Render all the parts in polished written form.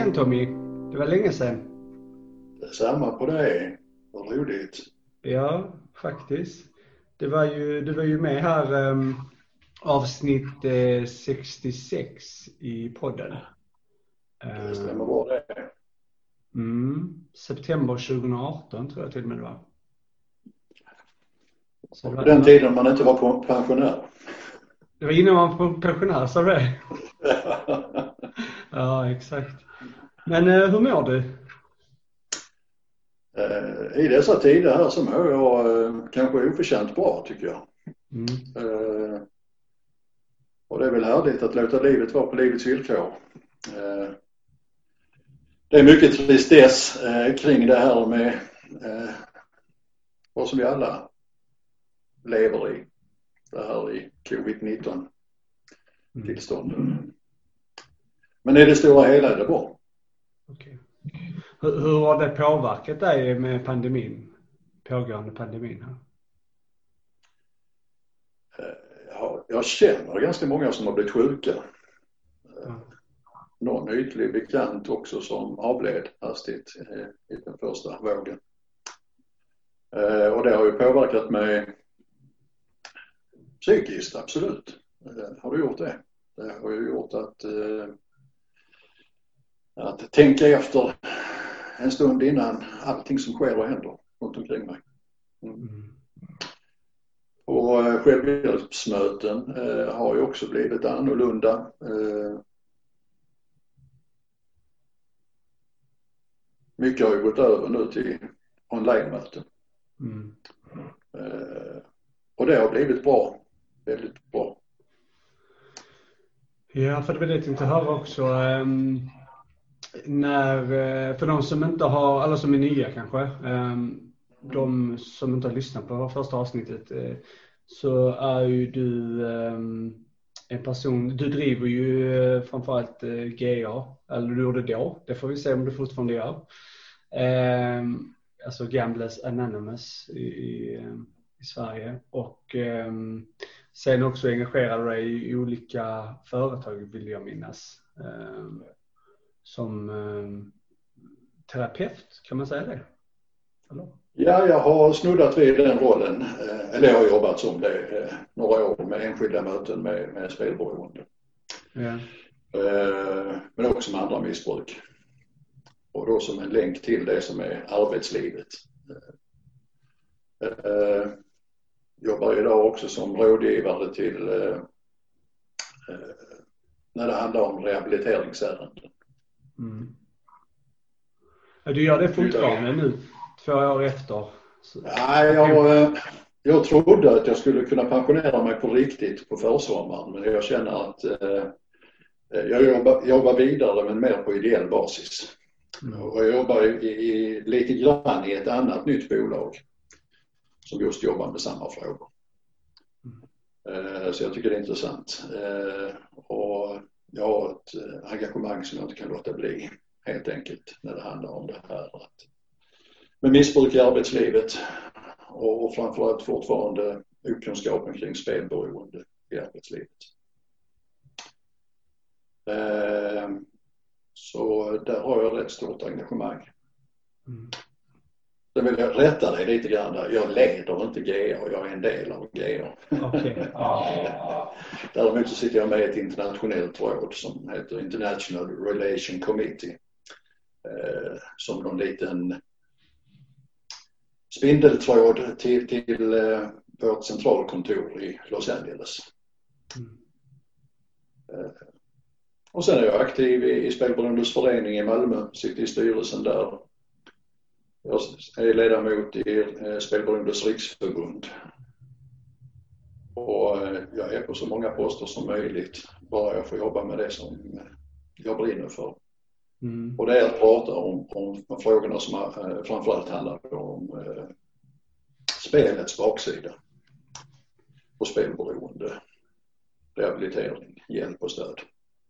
igen Tommy. Det var länge sedan. Detsamma på dig. Vad roligt. Ja, faktiskt. Du var ju med här avsnitt 66 i podden. Det stämmer bra det. September 2018 tror jag till och med det var. Så På den tiden man inte var pensionär. Det var innan man var pensionär, sa det? Ja, exakt. Men hur mår du? I dessa tider här så mår jag kanske oförtjänt bra tycker jag. Och det är väl härligt att låta livet vara på livets villkor. Det är mycket tristess kring det här med vad som vi alla lever i. Det här i covid-19 tillstånden. Men i det stora hela är det bra. Okay. Hur har det påverkat dig med pandemin? Pågående pandemin här? Jag känner ganska många som har blivit sjuka. Någon ytlig bekant också som avled hastigt i den första vågen. Och det har ju påverkat mig psykiskt, absolut. Har du gjort det? Det har ju gjort att tänka efter en stund innan allting som sker och händer runt omkring mig. Och självhjälpsmöten har ju också blivit annorlunda. Mycket har ju gått över nu till online-möten. Och det har blivit bra. Väldigt bra. Ja, för det var det jag tänkte höra också. För de som inte har, alla som är nya kanske, de som inte har lyssnat på första avsnittet, så är ju du en person, du driver ju framförallt GA, eller du gjorde då, det får vi se om du fortfarande gör. Alltså Gamblers Anonymous i Sverige, och sen också engagerar dig i olika företag, vill jag minnas, som terapeut, kan man säga det? Eller? Ja, jag har snuddat vid den rollen, eller jag har jobbat som det några år med enskilda möten med spelberoende. Ja. Men också med andra missbruk. Och då som en länk till det som är arbetslivet. Jobbar idag också som rådgivare till när det handlar om rehabiliteringsärenden. Ja, du gör det fortfarande nu, 2 år efter? Nej, jag trodde att jag skulle kunna pensionera mig på riktigt på försommaren, men jag känner att jag jobbar vidare men mer på ideell basis. Och jag jobbar lite grann i ett annat nytt bolag som just jobbar med samma frågor. Så jag tycker det är intressant. Och jag har ett engagemang som jag inte kan låta bli, helt enkelt, när det handlar om det här. Med missbruk i arbetslivet och framförallt fortfarande okunskapen kring spelberoende i arbetslivet. Så där har jag rätt stort engagemang. Sen vill jag rätta dig lite grann där. Jag leder inte GA, jag är en del av GA. Okay. Däremot så sitter jag med i ett internationellt råd som heter International Relation Committee. Som någon liten spindeltråd till vårt centralkontor i Los Angeles. Och sen är jag aktiv i Spelberoendes förening i Malmö, sitter i styrelsen där. Jag är ledamot i Spelberoendes riksförbund. Och jag är på så många poster som möjligt, bara jag får jobba med det som jag brinner för. Och det är att prata om frågorna som framförallt handlar om spelets baksida och spelberoende, rehabilitering, hjälp och stöd.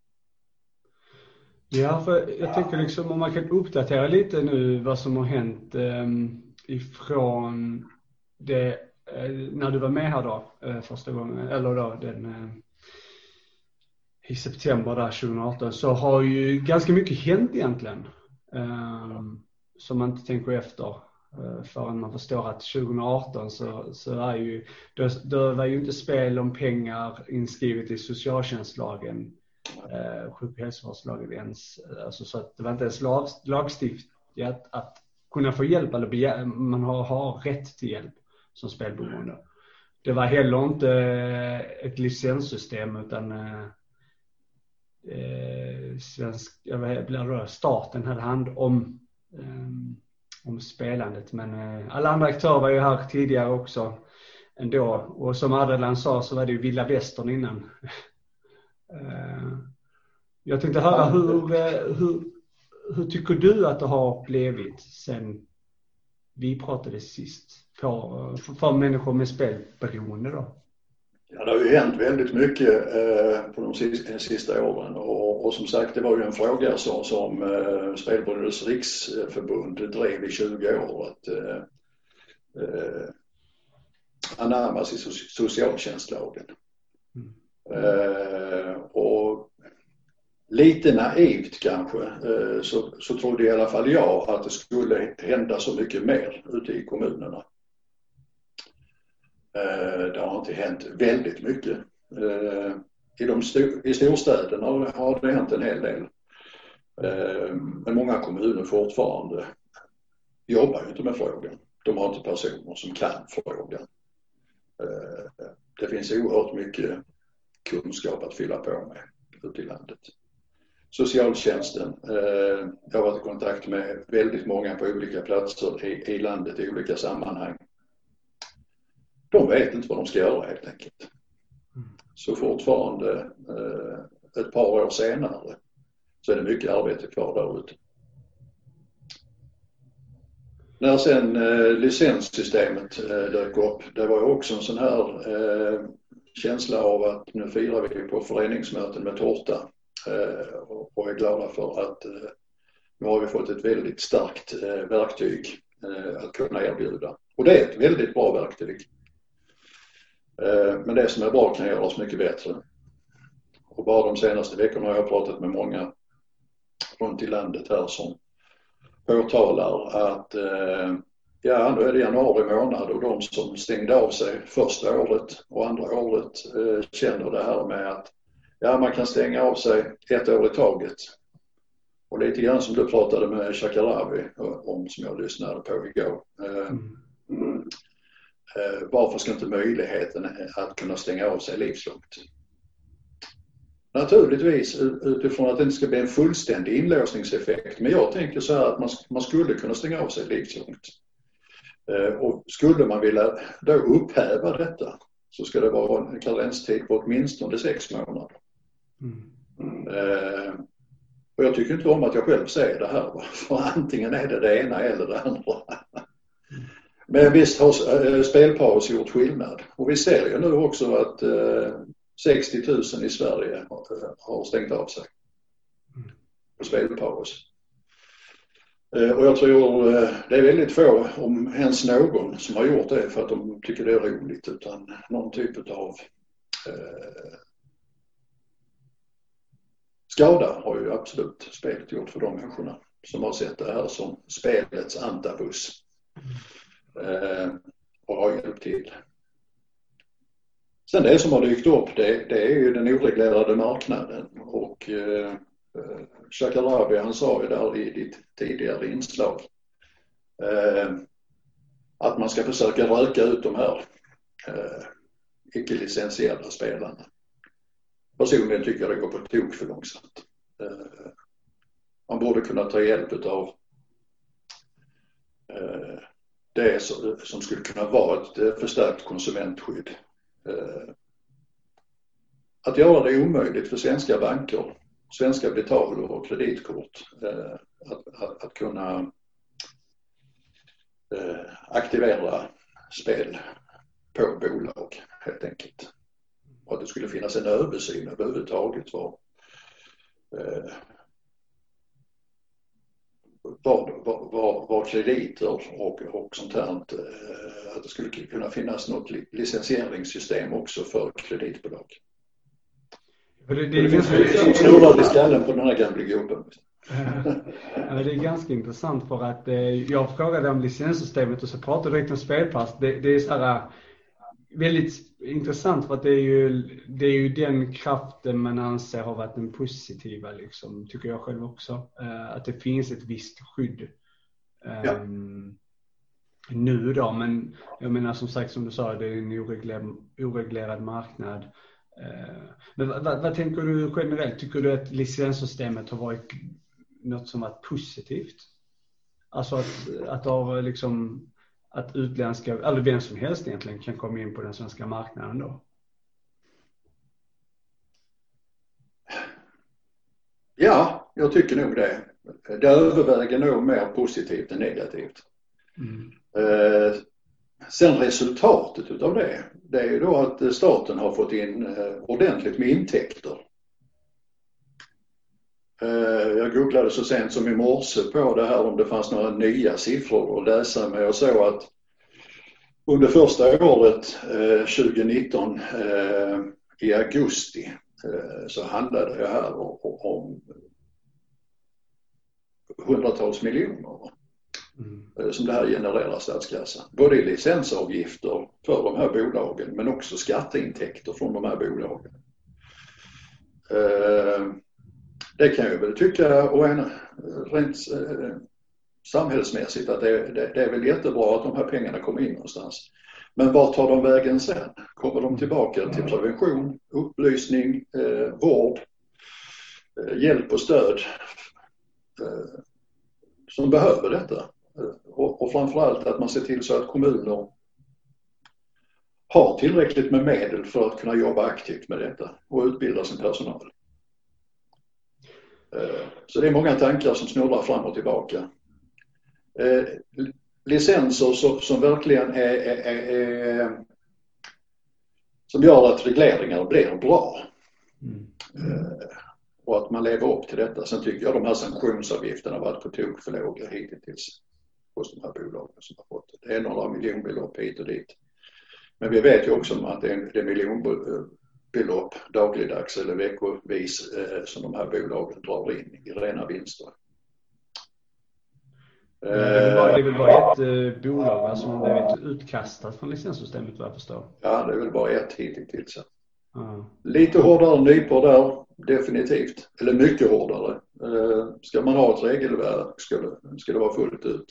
Ja, för jag tänker liksom om man kan uppdatera lite nu vad som har hänt ifrån det när du var med här då första gången, eller då den i september där 2018 så har ju ganska mycket hänt egentligen. Som man inte tänker efter förrän man förstår att 2018 så är ju, då var ju inte spel om pengar inskrivet i socialtjänstlagen, sjuk- och hälsovårdslagen ens, alltså så att det var inte ens lagstiftat att kunna få hjälp eller man har rätt till hjälp som spelberoende. Det var heller inte ett licenssystem utan staten hade hand om spelandet, men alla andra aktörer var ju här tidigare också ändå, och som Adrian sa så var det ju vilda västern innan. Jag tänkte höra hur tycker du att det har blivit sen vi pratade sist för människor med spelberoende då? Ja, det har ju hänt väldigt mycket på de sista åren och som sagt det var ju en fråga som Spelberoendes riksförbund drev i 20 år att anammas i socialtjänstlagen. Och lite naivt kanske så trodde i alla fall jag att det skulle hända så mycket mer ute i kommunerna. Det har inte hänt väldigt mycket. I storstäderna har det hänt en hel del. Men många kommuner fortfarande jobbar ju inte med frågan. De har inte personer som kan frågan. Det finns oerhört mycket kunskap att fylla på med ute i landet. Socialtjänsten, jag har varit i kontakt med väldigt många på olika platser i landet i olika sammanhang. De vet inte vad de ska göra helt enkelt. Så fortfarande ett par år senare så är det mycket arbete kvar där ute. När sen licenssystemet dök upp, det var ju också en sån här känsla av att nu firar vi på föreningsmöten med tårta och är glada för att nu har vi fått ett väldigt starkt verktyg att kunna erbjuda. Och det är ett väldigt bra verktyg. Men det som är bra kan göras mycket bättre. Och bara de senaste veckorna har jag pratat med många runt i landet här som påtalar att ja, nu är det januari månad och de som stängde av sig första året och andra året känner det här med att ja, man kan stänga av sig ett år i taget. Och lite grann som du pratade med Shakaravi om, som jag lyssnade på igår. Varför ska inte möjligheten att kunna stänga av sig livslångt? Naturligtvis utifrån att det inte ska bli en fullständig inlåsningseffekt. Men jag tänker så här att man skulle kunna stänga av sig livslångt. Och skulle man vilja då upphäva detta så ska det vara en karenstid på åtminstone 6 månader. Och jag tycker inte om att jag själv säger det här. För antingen är det ena eller det andra. Men visst har spelpaus gjort skillnad. Och vi ser ju nu också att 60 000 i Sverige har stängt av sig på spelpaus. Och jag tror det är väldigt få, om ens någon, som har gjort det för att de tycker det är roligt, utan någon typ av skada har ju absolut spelet gjort för de människorna som har sett det här som spelets antabus och har hjälpt till. Sen det som har dykt upp det är ju den oreglerade marknaden och Shakaravi han sa ju där i ditt tidigare inslag att man ska försöka röka ut de här icke-licensierade spelarna. Personligen tycker jag det går på tok för långsamt. Man borde kunna ta hjälp av det som skulle kunna vara ett förstärkt konsumentskydd. Att göra det omöjligt för svenska banker, svenska betal- och kreditkort att kunna aktivera spel på bolag helt enkelt. Och att det skulle finnas en översyn överhuvudtaget vad krediter och sånt här, att det skulle kunna finnas något licensieringssystem också för kreditbolag. Det finns snurrar i skallen på den här gamla gubben. Ja, det är ganska intressant för att jag frågade om licenssystemet och så pratade direkt om spelpass. Det är så här väldigt intressant för att det är ju den kraften man anser har varit den positiva liksom, tycker jag själv också. Att det finns ett visst skydd nu då, men jag menar som sagt som du sa, det är en oreglerad marknad. Men vad tänker du generellt? Tycker du att licenssystemet har varit något som varit positivt? Alltså att av liksom att utländska, eller vem som helst egentligen kan komma in på den svenska marknaden då? Ja, jag tycker nog det. Det överväger nog mer positivt än negativt. Sen resultatet utav det är ju då att staten har fått in ordentligt med intäkter. Jag googlade så sent som i morse på det här om det fanns några nya siffror att läsa med och så att under första året 2019 i augusti så handlade det här om hundratals miljoner som det här genererar statskassan. Både i licensavgifter för de här bolagen men också skatteintäkter från de här bolagen. Det kan jag väl tycka och rent samhällsmässigt att det är väl jättebra att de här pengarna kommer in någonstans. Men var tar de vägen sen? Kommer de tillbaka till prevention, upplysning, vård, hjälp och stöd som behöver detta? Och framförallt att man ser till så att kommuner har tillräckligt med medel för att kunna jobba aktivt med detta och utbilda sin personal. Så det är många tankar som snurrar fram och tillbaka. Licenser som verkligen är som gör att regleringar blir bra. Och att man lever upp till detta. Sen tycker jag de här sanktionsavgifterna har varit på tok för låga hittills hos de här bolagen som har fått det. Det är några miljonbelopp hit och dit. Men vi vet ju också att det är miljonbelopp dagligdags eller veckovis som de här bolagen drar in i rena vinster. Det är väl bara ett bolag som har blivit utkastat från licenssystemet vad jag förstår. Ja, det är väl bara ett hittills. Lite hårdare nypor där, definitivt. Eller mycket hårdare. Ska man ha ett regelverk ska det vara fullt ut.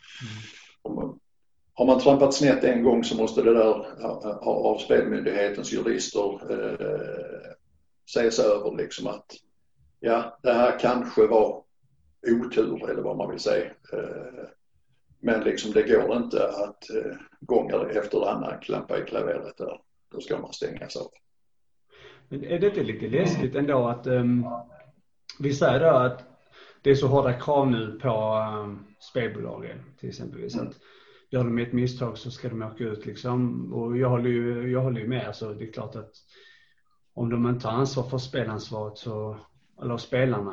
Har man trampat snett en gång så måste det där av spelmyndighetens jurister sägas över liksom att ja, det här kanske var otur eller vad man vill säga. Men liksom det går inte att gånger efter annan klampa i klaveret där. Då ska man stängas av. Men är det inte lite läskigt ändå att vi säger då att det är så hårda krav nu på spelbolagen till exempelvis att gör de ett misstag så ska de åka ut liksom. Och jag håller ju med. Alltså, det är klart att om de inte har ansvar för spelansvaret eller spelarna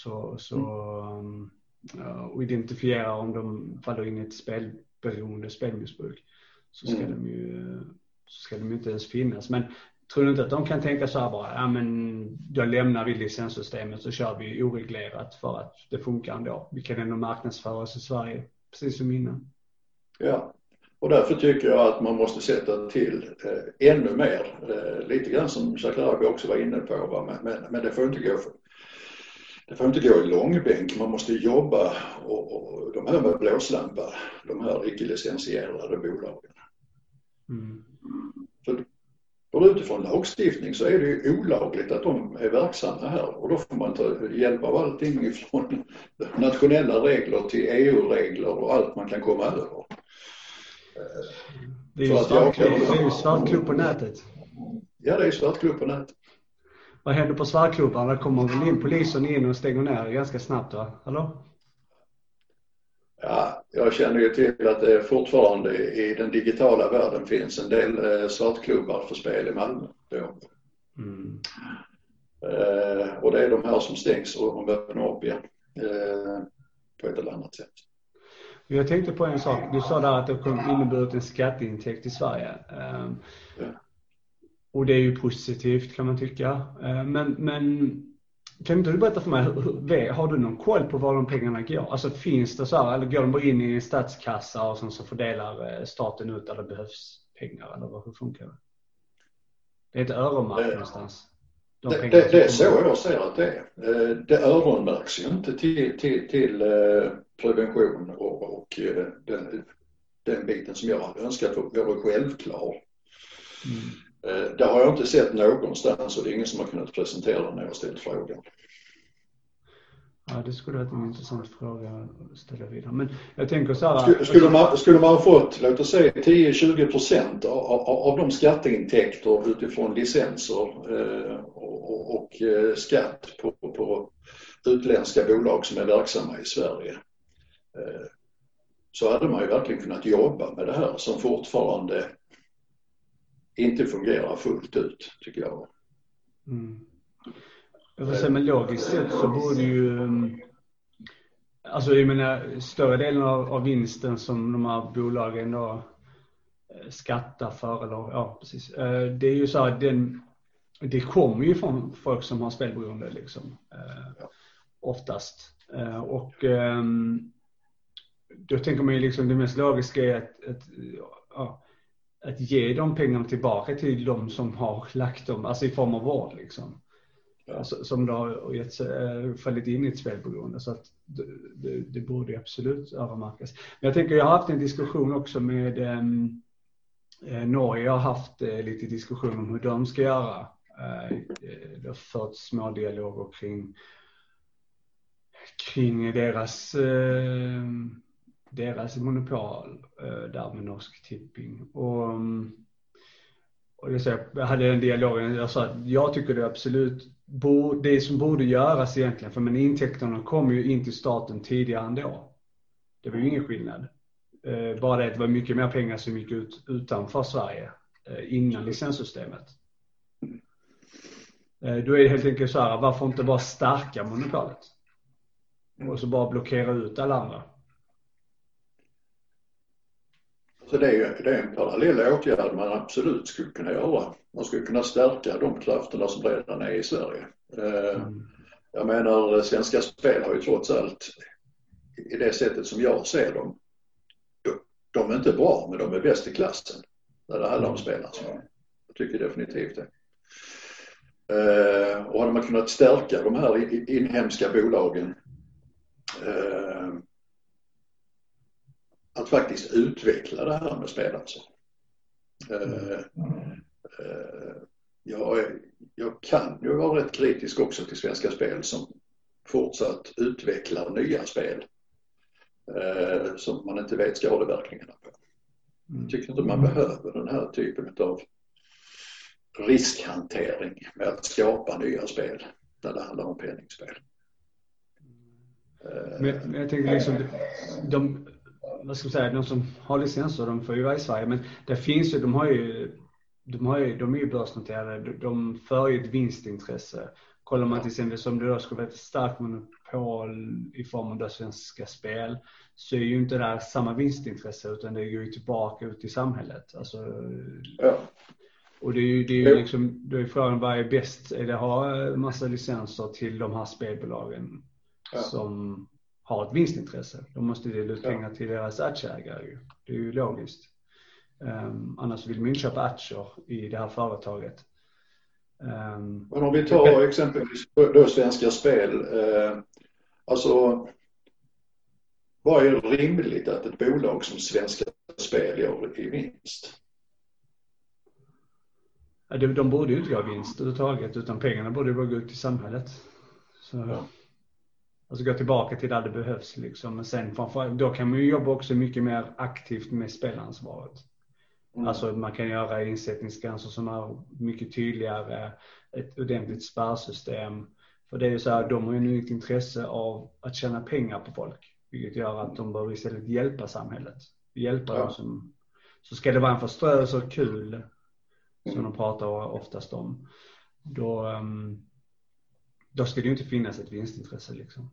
och identifiera om de faller in i ett spelberoende, spelmissbruk så ska de ju inte ens finnas. Men tror du inte att de kan tänka så här bara, ja men då lämnar vi licenssystemet så kör vi oreglerat för att det funkar ändå. Vi kan ändå marknadsföra oss i Sverige precis som innan. Ja, och därför tycker jag att man måste sätta till ännu mer. Lite grann som Shakirabi också var inne på. Men det får inte gå i långbänk. Man måste jobba och de här med blåslampa, de här icke-licensierade bolagen. För utifrån lagstiftning så är det ju olagligt att de är verksamma här. Och då får man ta hjälp av allting från nationella regler till EU-regler och allt man kan komma över. Det är ju svartklubb på nätet. Ja, det är svartklubb på nätet. Vad händer på svartklubbarna? Där kommer väl in polisen in och stänger ner ganska snabbt, va? Hallå? Ja, jag känner ju till att det fortfarande i den digitala världen finns en del svartklubbar för spel i Malmö. Och det är de här som stängs och de öppnar upp igen på ett eller annat sätt. Jag tänkte på en sak. Du sa där att det kom inneburit en skatteintäkt i Sverige. Och det är ju positivt kan man tycka. Men kan inte du berätta för mig, har du någon koll på var de pengarna går? Alltså finns det så här, eller går de bara in i en statskassa och så fördelar staten ut där det behövs pengar? Eller hur funkar det? Det är inte öronmärkt någonstans. Det är så jag ser att det är. Det öronmärks ju inte till prevention och den biten som jag hade önskat vara självklar. Det har jag inte sett någonstans och det är ingen som har kunnat presentera den när jag ställt frågan. Ja, det skulle vara en intressant fråga att ställa vidare. Men jag tänker så här... Skulle man ha fått, låt oss säga 10-20% av de skatteintäkter utifrån licenser och skatt på utländska bolag som är verksamma i Sverige, så hade man ju verkligen kunnat jobba med det här som fortfarande inte fungerar fullt ut, tycker jag. Jag får säga, men logiskt sett så borde ju, alltså jag menar, större delen av vinsten som de här bolagen då skattar för, eller ja precis, det är ju så att det kommer ju från folk som har spelberoende liksom, oftast. Och då tänker man ju liksom det mest logiska är att ge de pengarna tillbaka till de som har lagt dem, alltså i form av vård liksom. Alltså, som då har fallit in i ett spelberoende, så att det borde absolut öronmärkas. Men jag tänker, jag har haft en diskussion också med Norge. Jag har haft lite diskussion om hur de ska göra. Det har fört små dialoger kring deras monopol där med Norsk Tipping. Och jag hade en dialog, jag sa att jag tycker det är absolut det som borde göras egentligen, för men intäkterna kom ju in till staten tidigare ändå. Det var ju ingen skillnad. Bara det att det var mycket mer pengar som gick ut utanför Sverige innan licenssystemet. Då är det helt enkelt så här, varför inte bara stärka monopolet? Och så bara blockera ut alla andra. Så det är en parallell åtgärd man absolut skulle kunna göra. Man skulle kunna stärka de krafterna som redan är i Sverige. Jag menar, Svenska Spel har ju trots allt, i det sättet som jag ser dem, de är inte bra, men de är bäst i klassen när det handlar om spelarna. Jag tycker definitivt det. Och hade man kunnat stärka de här inhemska bolagen, att faktiskt utveckla det här med spel alltså. Jag kan ju vara rätt kritisk också till Svenska Spel som fortsatt utvecklar nya spel som man inte vet skadeverkningarna på. Jag tycker inte man behöver den här typen av riskhantering med att skapa nya spel när det handlar om penningspel. Men jag tänker liksom vad ska jag säga, de som har licenser, de får ju vara i Sverige, men det finns ju, de är ju börsnoterade, de för ju ett vinstintresse. Kollar man till exempel som det då skulle vara ett starkt monopol i form av Svenska Spel, så är ju inte det samma vinstintresse, utan det går ju tillbaka ut i samhället. Alltså, och det är ju liksom, då är frågan, vad är bäst? Är det att ha en massa licenser till de här spelbolagen som har ett vinstintresse? Då måste det ut pengar till deras aktieägare ju. Det är ju logiskt. Annars vill man ju köpa aktier i det här företaget. Men om vi tar exempelvis då Svenska Spel, alltså vad är rimligt att ett bolag som Svenska Spel gör i vinst? De borde ju inte göra vinst överhuvudtaget, utan pengarna borde bara gå ut till samhället. Så, alltså gå tillbaka till där det behövs liksom. Men sen då kan man ju jobba också mycket mer aktivt med spelansvaret. Alltså man kan göra insättningsgränser som är mycket tydligare, ett ordentligt spärrsystem. För det är ju så här, de har ju nu ett intresse av att tjäna pengar på folk. Vilket gör att de bör istället hjälpa samhället. Hjälpa dem som, så ska det vara en förströelse och kul som de pratar oftast om. Då ska det ju inte finnas ett vinstintresse liksom.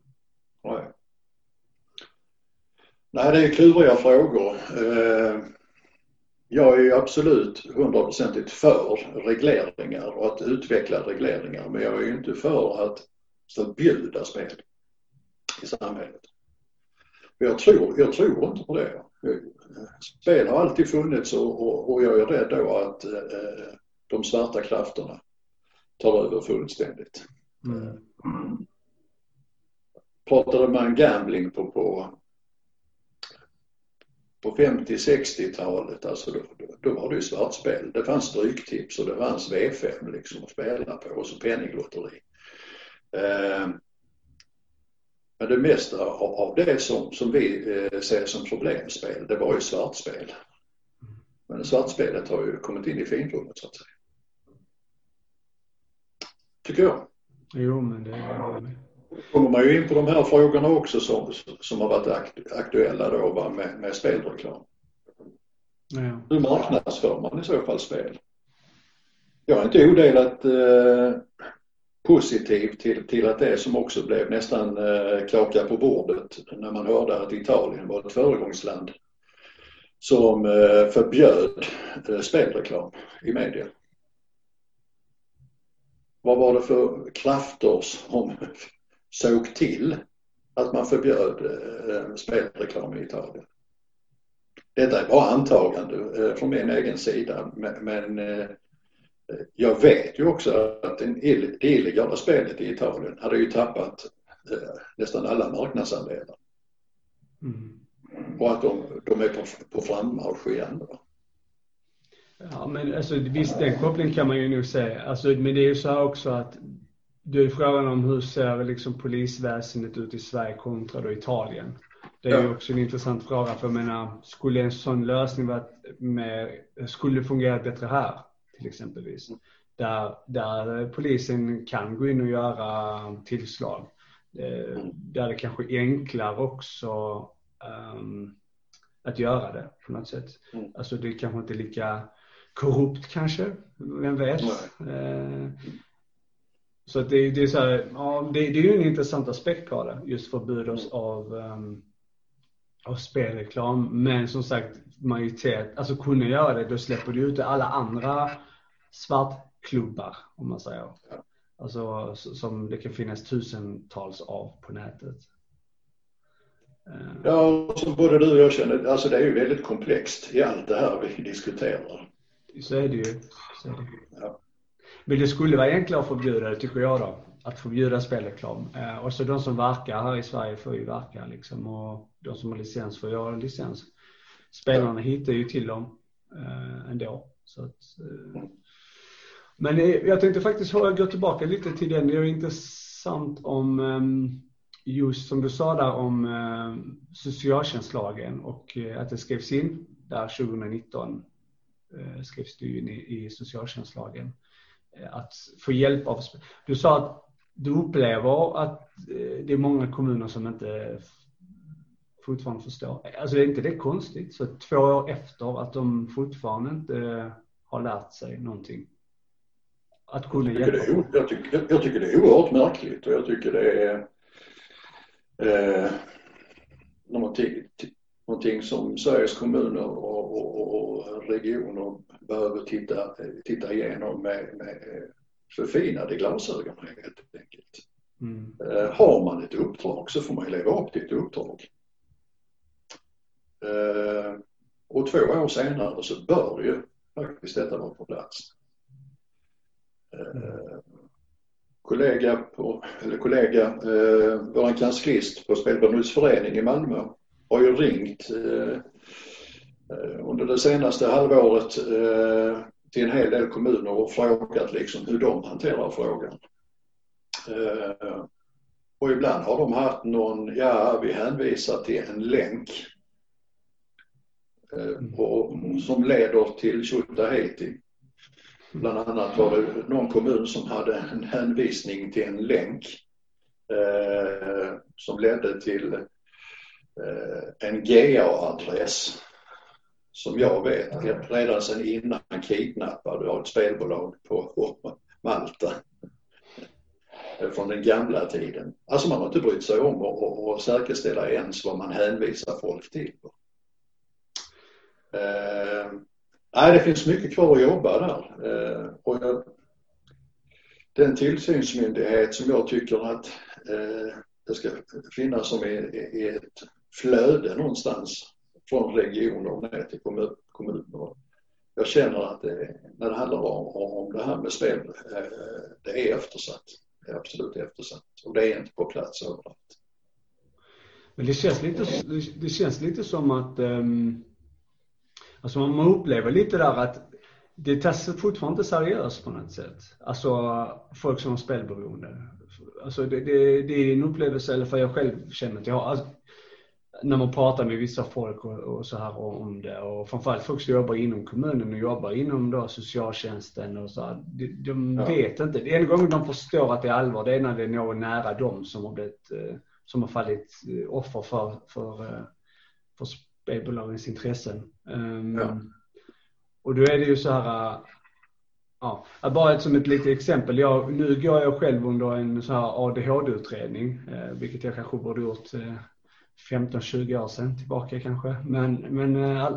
Nej, det är kluriga frågor. Jag är absolut 100% för regleringar och att utveckla regleringar, men jag är ju inte för att förbjuda spel i samhället. Jag tror inte på det. Spel har alltid funnits och jag är rädd då att de svarta krafterna tar över fullständigt. Pratade man gambling på 50-60-talet, alltså då var det ju svartspel. Det fanns stryktips och det fanns V5 liksom att spela på och så penninglotteri. Men det mesta av det som vi ser som problemspel, det var ju svartspel. Men svartspelet har ju kommit in i finrummet så att säga. Tycker jag. Jo, men det är... Kommer man ju in på de här frågorna också som har varit aktuella då med spelreklam. Ja. Hur marknadsför man i så fall spel? Jag är inte odelat positiv till att det som också blev nästan klaka på bordet när man hörde att Italien var ett föregångsland som förbjöd spelreklam i media. Vad var det för krafter som såg till att man förbjöd spelreklam i Italien? Detta är bara antagande från min egen sida, men jag vet ju också att det illegala spelet i Italien hade ju tappat nästan alla marknadsandelar. Och att de är på frammarsch igen då. Ja, men alltså visst, den kopplingen kan man ju nog säga. Alltså, men det är ju så här också att det är frågan om hur ser liksom polisväsendet ut i Sverige kontra då Italien. Det är ju också en intressant fråga, för jag menar, skulle en sån lösning skulle fungera bättre här till exempelvis. Där polisen kan gå in och göra tillslag. Där det kanske är enklare också att göra det på något sätt. Alltså det kanske inte är lika korrupt kanske, vem vet. Så att det är så här, ja, det är ju en intressant aspekt på det, just förbud av spelreklam. Men som sagt, majoritet, alltså kunna göra det, då släpper du ut alla andra svartklubbar, om man säger. Alltså som det kan finnas tusentals av på nätet. Ja, som både du och jag känner, alltså det är ju väldigt komplext i allt det här vi diskuterar. Så är det ju. Ja. Men det skulle vara enklare att förbjuda det, tycker jag då. Att förbjuda spelreklam. Och så de som verkar här i Sverige får ju verka liksom. Och de som har licens får göra licens. Spelarna hittar ju till dem ändå. Så att, men jag tänkte faktiskt gå tillbaka lite till den. Det är intressant om just som du sa där om socialtjänstlagen och att det skrevs in där 2019 skrevs det in i socialtjänstlagen att få hjälp av. Du sa att du upplever att det är många kommuner som inte fortfarande förstår. Alltså är inte det konstigt? Så 2 år efter att de fortfarande inte har lärt sig någonting. Att kunna hjälpa. Jag tycker det är oerhört märkligt, och jag tycker det är någonting som Sveriges kommuner och regioner behöver titta igenom med förfinade glasögon helt enkelt. Har man ett uppdrag så får man leva upp till ett uppdrag. Och 2 år senare så bör ju faktiskt detta vara på plats. Kollega, vår kanslist på Spelbruksförening i Malmö har ju ringt under det senaste halvåret till en hel del kommuner och frågat liksom hur de hanterar frågan. Och ibland har de haft vi hänvisar till en länk som leder till Tjotahejti. Bland annat var det någon kommun som hade en hänvisning till en länk som ledde till en GA-adress som jag vet redan sedan innan han kidnappade av ett spelbolag på Malta från den gamla tiden. Alltså man har inte brytt sig om att säkerställa ens vad man hänvisar folk till. Nej, det finns mycket kvar att jobba där. Den tillsynsmyndighet som jag tycker att det ska finnas som i ett flöde någonstans från regioner och ner till kommuner. Jag känner att när det handlar om det här med spel, det är eftersatt. Det är absolut eftersatt. Och det är inte på plats överallt. Men det känns lite som att alltså man upplever lite där att det tas fortfarande inte seriöst på något sätt. Alltså folk som har spelberoende. Alltså det är en upplevelse, eller för jag själv känner att jag har, alltså, när man pratar med vissa folk och så här om det, och framförallt folk som jobbar inom kommunen och jobbar inom då socialtjänsten och så här, de vet inte. Det är en gång de förstår att det är allvar, det är när det är någon nära dem som har fallit offer för spelbolagens intressen. Och då är det ju så här, bara som ett litet exempel. Nu går jag själv under en så här ADHD-utredning, vilket jag kanske borde gjort 15-20 år sedan tillbaka kanske. Men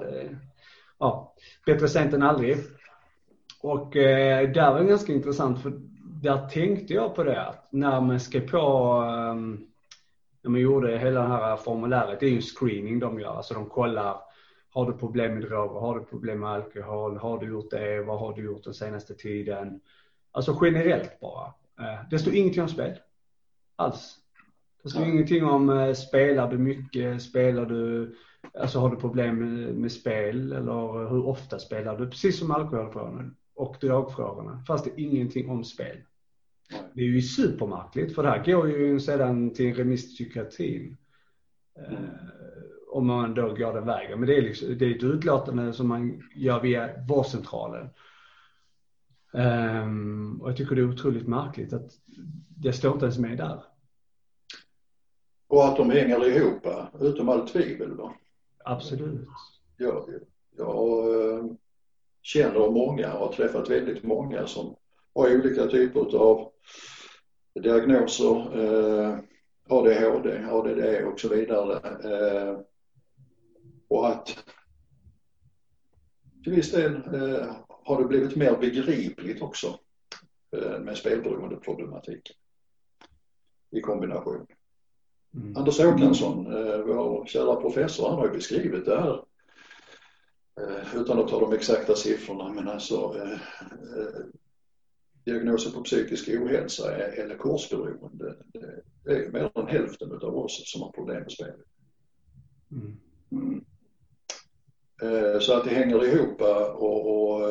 bättre sent än aldrig. Och där var det ganska intressant, för där tänkte jag på det att när man ska på när man gjorde hela det här formuläret, det är ju screening de gör. Alltså de kollar, har du problem med droger, har du problem med alkohol, har du gjort det, vad har du gjort den senaste tiden? Alltså generellt bara. Det står ingenting om spel. Alls. Det står ingenting om spelar du mycket, alltså har du problem med spel, eller hur ofta spelar du? Precis som alkoholfrågorna och drogfrågorna, fast det är ingenting om spel. Det är ju supermärkligt, för det här går ju sedan till remisspsykiatrin. Om man då går den vägen. Men det är ett utlåtande som man gör via vårdcentralen. Och jag tycker det är otroligt märkligt att det står inte ens med där. Och att de hänger ihop, utom all tvivel då. Absolut. Jag känner många och har träffat väldigt många som har olika typer av diagnoser, ADHD, ADD och så vidare. Och att till viss del har det blivit mer begripligt också med spelberoende problematik i kombination. Anders Håkansson, vår kära professor, han har ju beskrivit det här utan att ta de exakta siffrorna, men alltså diagnoser på psykisk ohälsa eller kursberoende, det är mer än hälften av oss som har problem med spel. Så att det hänger ihop och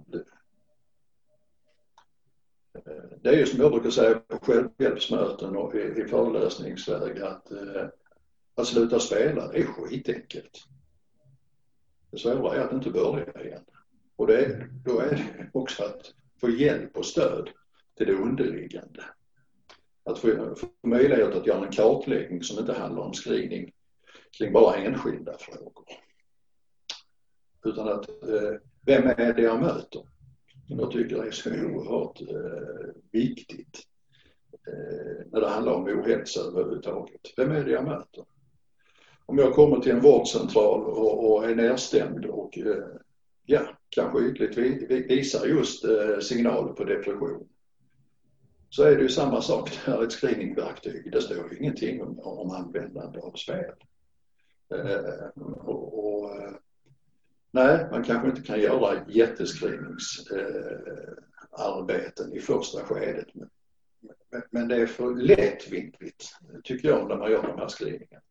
det är ju som jag brukar säga på självhjälpsmöten och i föreläsningsväg att sluta spela, det är skitenkelt. Det svåra är att inte börja igen. Och då är det också att få hjälp och stöd till det underliggande. Att få möjlighet att göra en kartläggning som inte handlar om screening kring bara enskilda frågor. Utan att vem är det jag möter? Jag tycker det är så oerhört viktigt när det handlar om ohälsa överhuvudtaget. Vem är det jag möter? Om jag kommer till en vårdcentral och är nedstämd och kanske ytligt visar just signaler på depression, så är det ju samma sak. Det här är ett screeningverktyg. Det står ju ingenting om användande av spel. Nej, man kanske inte kan göra jättescreeningsarbeten i första skedet. Men det är för lättvinkligt, tycker jag, när man gör de här screeningarna.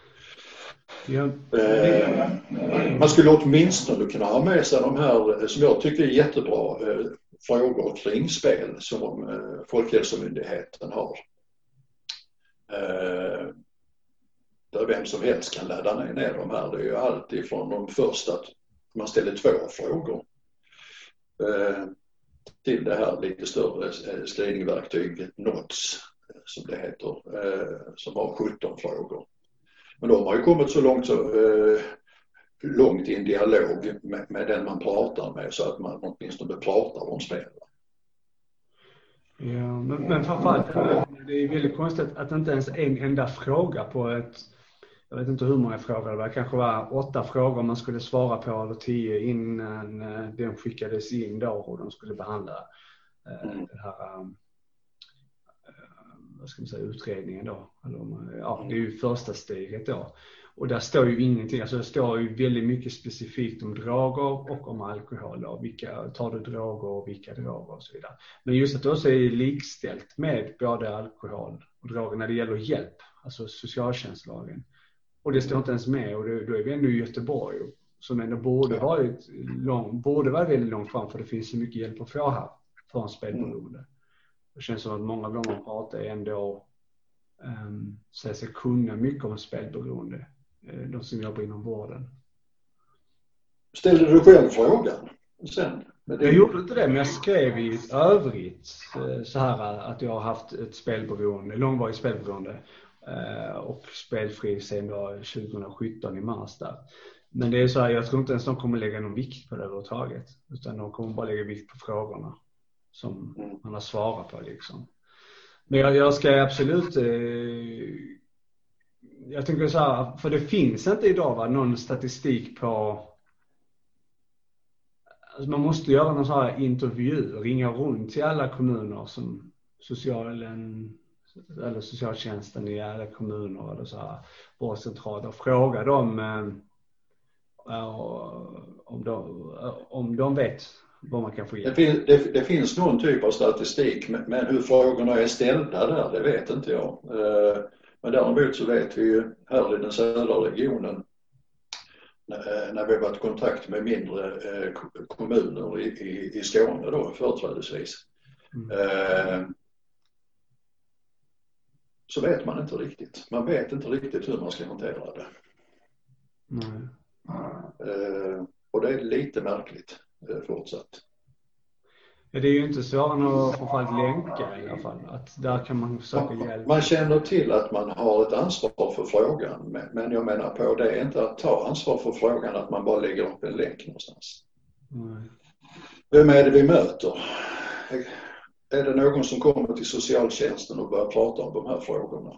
Man skulle åtminstone kunna ha med sig de här, som jag tycker är jättebra, frågor kring spel som Folkhälsomyndigheten har. Där vem som helst kan ladda ner de här. Det är ju alltid från de första att man ställer 2 frågor till det här lite större screeningverktyget NOTS, som det heter, som har 17 frågor. Men de har ju kommit så långt i en dialog med den man pratar med, så att man åtminstone pratar om spel. Ja, men framförallt det är väldigt konstigt att inte ens en enda fråga på jag vet inte hur många frågor det var. Det kanske var 8 frågor man skulle svara på eller 10 innan den skickades in då och de skulle behandla det här, vad ska man säga, utredningen då. Eller, det är ju första steget då. Och där står ju ingenting, alltså det står ju väldigt mycket specifikt om droger och om alkohol och vilka, tar du droger och vilka droger och så vidare. Men just att det också är likställt med både alkohol och droger när det gäller hjälp, alltså socialtjänstlagen. Och det står inte ens med, och då är vi ändå i Göteborg som ändå borde vara väldigt långt fram, för det finns så mycket hjälp att få här för en spelberoende. Det känns som att många av de pratar ändå säger sig kunna mycket om spelberoende, de som jobbar inom vården. Ställde du själv frågan sen? Jag gjorde inte det, men jag skrev i övrigt så här att jag har haft ett spelberoende, långvarigt spelberoende och spelfri sedan då 2017 i mars där. Men det är så här, jag tror inte ens de kommer lägga någon vikt på det överhuvudtaget, utan de kommer bara lägga vikt på frågorna som man har svarat på liksom. Men jag ska absolut jag tänker så här, för det finns inte idag någon statistik på, alltså man måste göra någon sån här intervju, ringa runt till alla kommuner som socialtjänsten i alla kommuner eller så här vårdcentraler och fråga dem om de vet vad man kan få hjälp. Det finns någon typ av statistik, men hur frågorna är ställda där, det vet inte jag. Men däremot så vet vi ju här i den södra regionen, när vi har varit i kontakt med mindre kommuner i Skåne då företrädesvis, så vet man inte riktigt. Man vet inte riktigt hur man ska hantera det. Och det är lite märkligt fortsatt. Ja, det är ju inte så att framförallt länka i alla fall, att där kan man söka hjälp. Man känner till att man har ett ansvar för frågan, men jag menar på det är inte att ta ansvar för frågan att man bara lägger upp en länk någonstans. Vem är det vi möter? Är det någon som kommer till socialtjänsten och börjar prata om de här frågorna?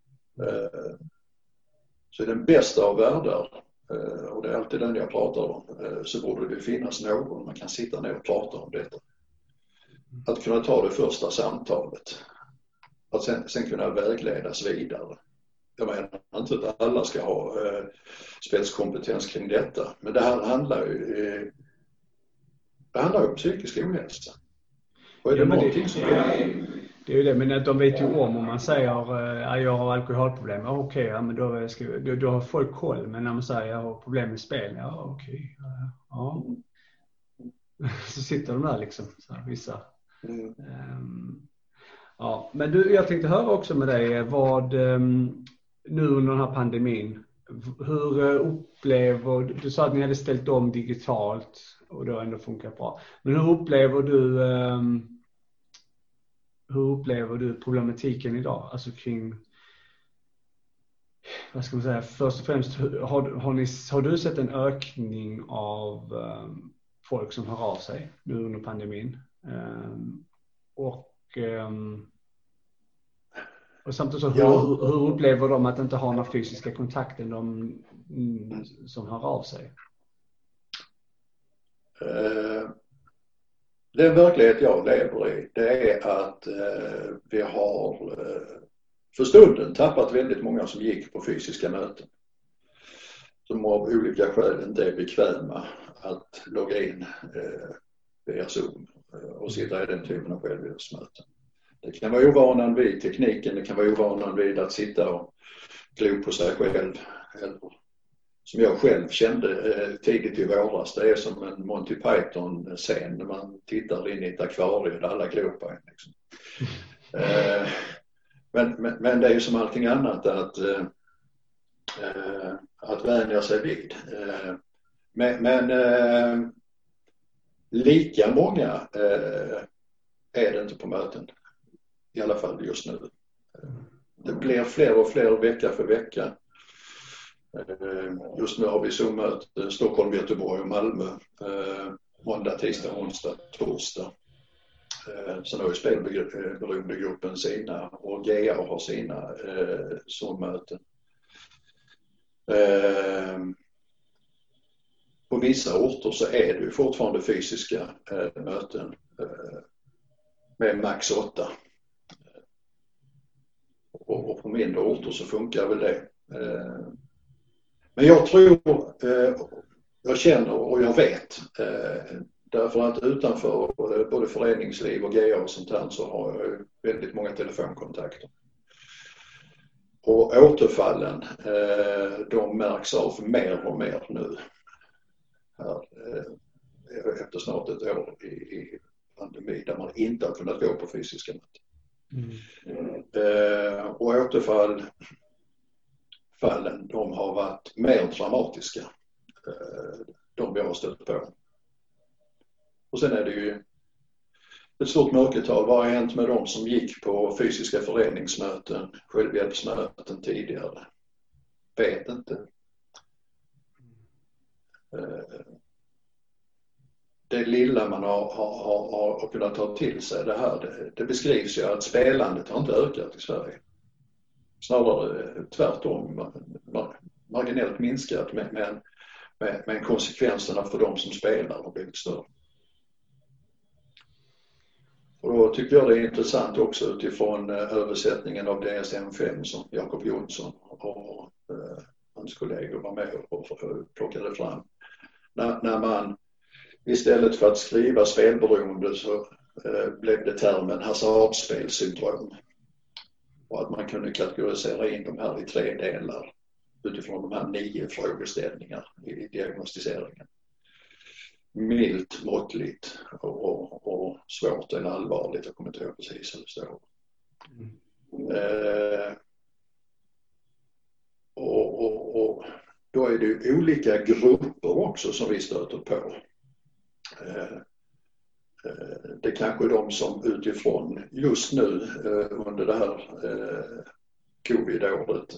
Så i den bästa av världar, och det är alltid den jag pratar om, så borde det finnas någon man kan sitta ner och prata om detta. Att kunna ta det första samtalet. Att sen kunna vägledas vidare. Jag menar inte att alla ska ha spetskompetens kring detta. Men det här handlar ju om psykisk ohälsa. Och är det någonting som det är ju det, men att de vet ju om man säger jag har alkoholproblem, okej, ja, men då har folk koll. Men när man säger jag har problem med spel, okej. Så sitter de där liksom, så här, vissa. Ja, men jag tänkte höra också med dig vad nu under den här pandemin, hur upplever du, sa att ni hade ställt om digitalt och då ändå funkar bra, men hur upplever du problematiken idag, alltså kring, vad ska man säga, först och främst har du sett en ökning av folk som hör av sig nu under pandemin? Och samtidigt så hur upplever de att inte ha några fysiska kontakter som hör av sig? Den verklighet jag lever i, det är att vi har för stunden tappat väldigt många som gick på fysiska möten. Som av olika skäl inte är bekväma att logga in via Zoom och sitta i den typen av självhjälpsmöten. Det kan vara ovanan vid tekniken, det kan vara ovanan vid att sitta och glo på sig själv. Eller, som jag själv kände tidigt i våras, det är som en Monty Python-scen när man tittar in i ett akvarium där alla glor på en. Liksom. Men det är ju som allting annat att vänja sig vid. Men lika många är det inte på möten. I alla fall just nu. Det blir fler och fler vecka för vecka. Just nu har vi Zoom-möten Stockholm, Göteborg och Malmö. Måndag, tisdag, onsdag, torsdag. Sen har ju spelberoendegruppen sina och GA har sina Zoom-möten. På vissa orter så är det ju fortfarande fysiska möten med max 8. Och på mindre orter så funkar väl det. Men jag tror, jag känner och jag vet, därför att utanför både föreningsliv och GA och sånt här så har jag väldigt många telefonkontakter. Och återfallen, de märks av mer och mer nu. Här, efter snart ett år i pandemi där man inte har kunnat gå på fysiska möten. Och återfallen, de har varit mer dramatiska, de vi har stött på. Och sen är det ju ett stort mörkertal. Vad har hänt med de som gick på fysiska föreningsmöten, självhjälpsmöten tidigare? Vet inte. Det lilla man har kunnat ta till sig det här, det beskrivs ju att spelandet har inte ökat i Sverige. Snarare tvärtom, marginellt minskat, men konsekvenserna för de som spelar har blivit större. Och då tycker jag det är intressant också utifrån översättningen av DSM-5 som Jakob Jonsson och hans kollegor var med och plockade fram. När man istället för att skriva spelberoende så blev det termen hasardspelsyndrom. Och att man kunde kategorisera in de här i 3 delar utifrån de här 9 frågeställningar i diagnostiseringen. Milt, måttligt och svårt eller allvarligt. Jag kommer inte ihåg precis hur det står. Och då är det ju olika grupper också som vi stöter på. Det kanske är de som utifrån just nu under det här covid-året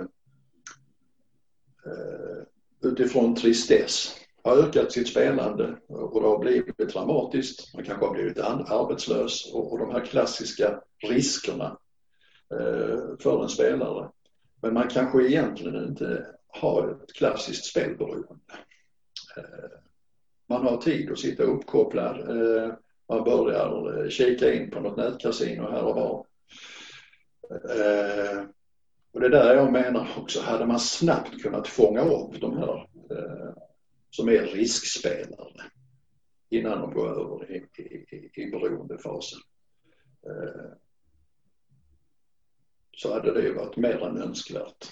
utifrån tristess har ökat sitt spelande och det har blivit dramatiskt. Man kanske har blivit arbetslös och de här klassiska riskerna för en spelare. Men man kanske egentligen inte har ett klassiskt spelberoende. Man har tid att sitta uppkopplad. Man börjar kika in på något nätkasino här och var. Och det där jag menar också, hade man snabbt kunnat fånga upp de här som är riskspelare innan de går över i beroendefasen. Så hade det ju varit mer än önskvärt.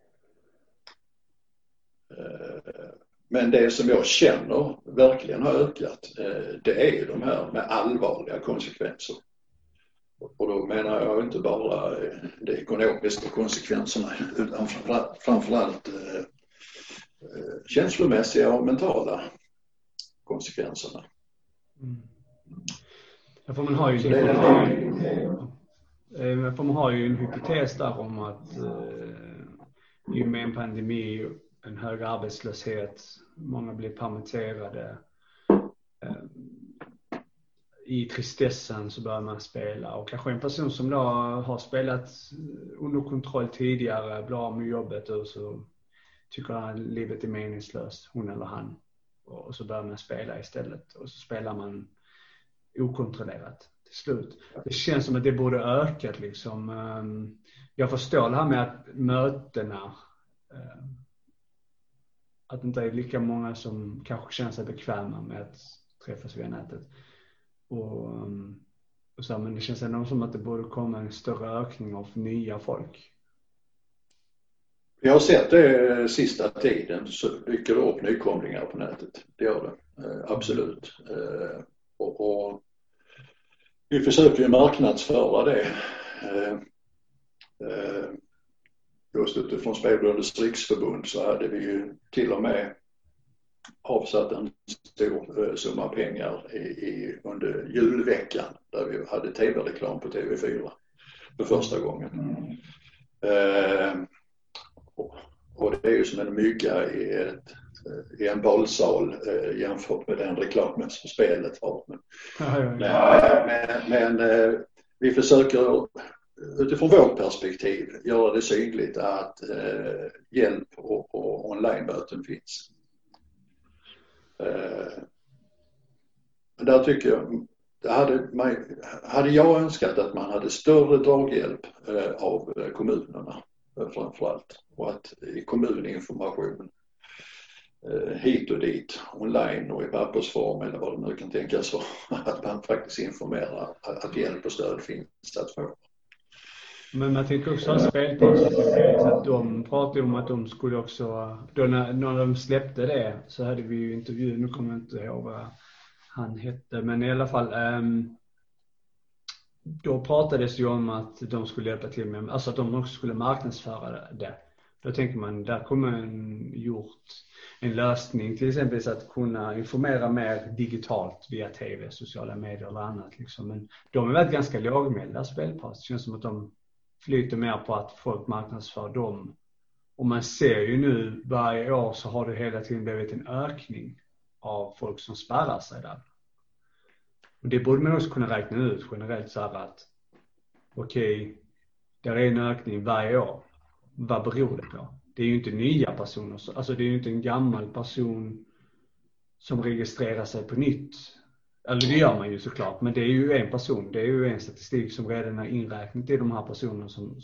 Men det som jag känner verkligen har ökat, det är ju de här med allvarliga konsekvenser. Och då menar jag inte bara de ekonomiska konsekvenserna utan framförallt känslomässiga och mentala konsekvenserna. Ja, för man har ju en hypotes där om att i och med en pandemi, en hög arbetslöshet, många blir permitterade, i tristessen så börjar man spela, och kanske en person som då har spelat under kontroll tidigare blir av med jobbet och så tycker han livet är meningslöst, hon eller han, och så börjar man spela istället och så spelar man okontrollerat till slut. Det känns som att det borde ökat liksom. Jag förstår det här med att mötena, att det inte är lika många som kanske känner sig bekväma med att träffas via nätet. Och så, men det känns ändå som att det borde komma en större ökning av nya folk. Jag har sett det sista tiden, så dyker det upp nykomlingar på nätet. Det gör det, absolut. Och vi försöker ju marknadsföra det. Just utifrån Spelberoendes riksförbund så hade vi ju till och med avsatt en stor summa pengar under julveckan där vi hade tv-reklam på TV4 för första gången. Och det är ju som en mygga i en bollsal jämfört med den reklamen som spelet har. Men vi försöker utifrån vårt perspektiv göra det synligt att hjälp och online-möten finns. Där tycker jag, hade jag önskat att man hade större draghjälp av kommunerna framförallt, och att i kommuninformation hit och dit, online och i pappersform eller vad det nu kan tänkas vara, att man faktiskt informerar att hjälp och stöd finns att få. Men man tänker också att spelpaus, att de pratade om att de skulle också, då när de släppte det så hade vi ju intervju, nu kommer jag inte ihåg vad han hette, men i alla fall då pratades ju om att de skulle hjälpa till med, alltså att de också skulle marknadsföra det. Då tänker man, där kommer en lösning till exempel så att kunna informera mer digitalt via tv, sociala medier eller annat liksom. Men de är väl ganska lågmälda spelpaus. Det känns som att de flyter mer på att folk marknadsför dem. Och man ser ju nu varje år så har det hela tiden blivit en ökning av folk som spärrar sig där. Och det borde man också kunna räkna ut generellt så här att okej, där är en ökning varje år. Vad beror det på? Det är ju inte nya personer, alltså det är ju inte en gammal person som registrerar sig på nytt. Eller det gör man ju såklart, men det är ju en person, det är ju en statistik som redan är inräknat i de här personerna som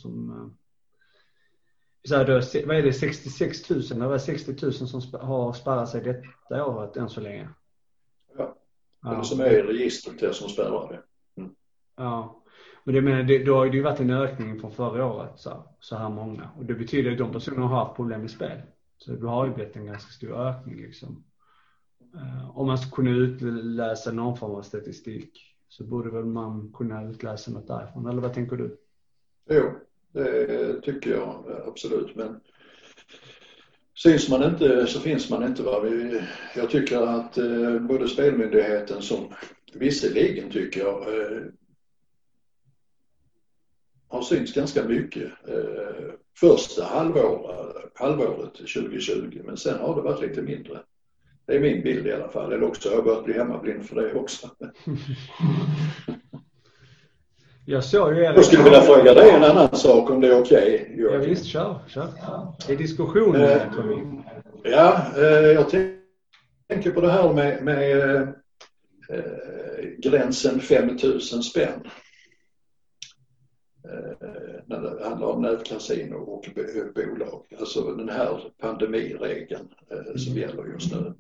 så här, då, vad är det, 66 000 eller 60 000 som har spärrat sig detta året än så länge. Ja, det som är i registret det som spärrar det. Mm. Ja. Men det menar, då har det ju varit en ökning från förra året så här många. Och det betyder att de personerna har haft problem med spel. Så det har ju blivit en ganska stor ökning liksom. Om man ska kunna utläsa någon form av statistik så borde väl man kunna utläsa något därifrån. Eller vad tänker du? Jo, det tycker jag absolut. Men syns man inte så finns man inte. Jag tycker att både Spelmyndigheten som visserligen tycker jag har synts ganska mycket första halvåret 2020, men sen har det varit lite mindre. Det är min bild i alla fall. Eller också har jag börjat bli hemmablind för det också. Jag såg ju... Jag skulle vilja fråga dig en annan sak om det är okej. Ja visst, kör. Det är diskussionen. Ja, jag tänker på det här med gränsen 5 000 spänn. När det handlar om nätkasino och bolag. Alltså den här pandemiregeln som gäller just nu.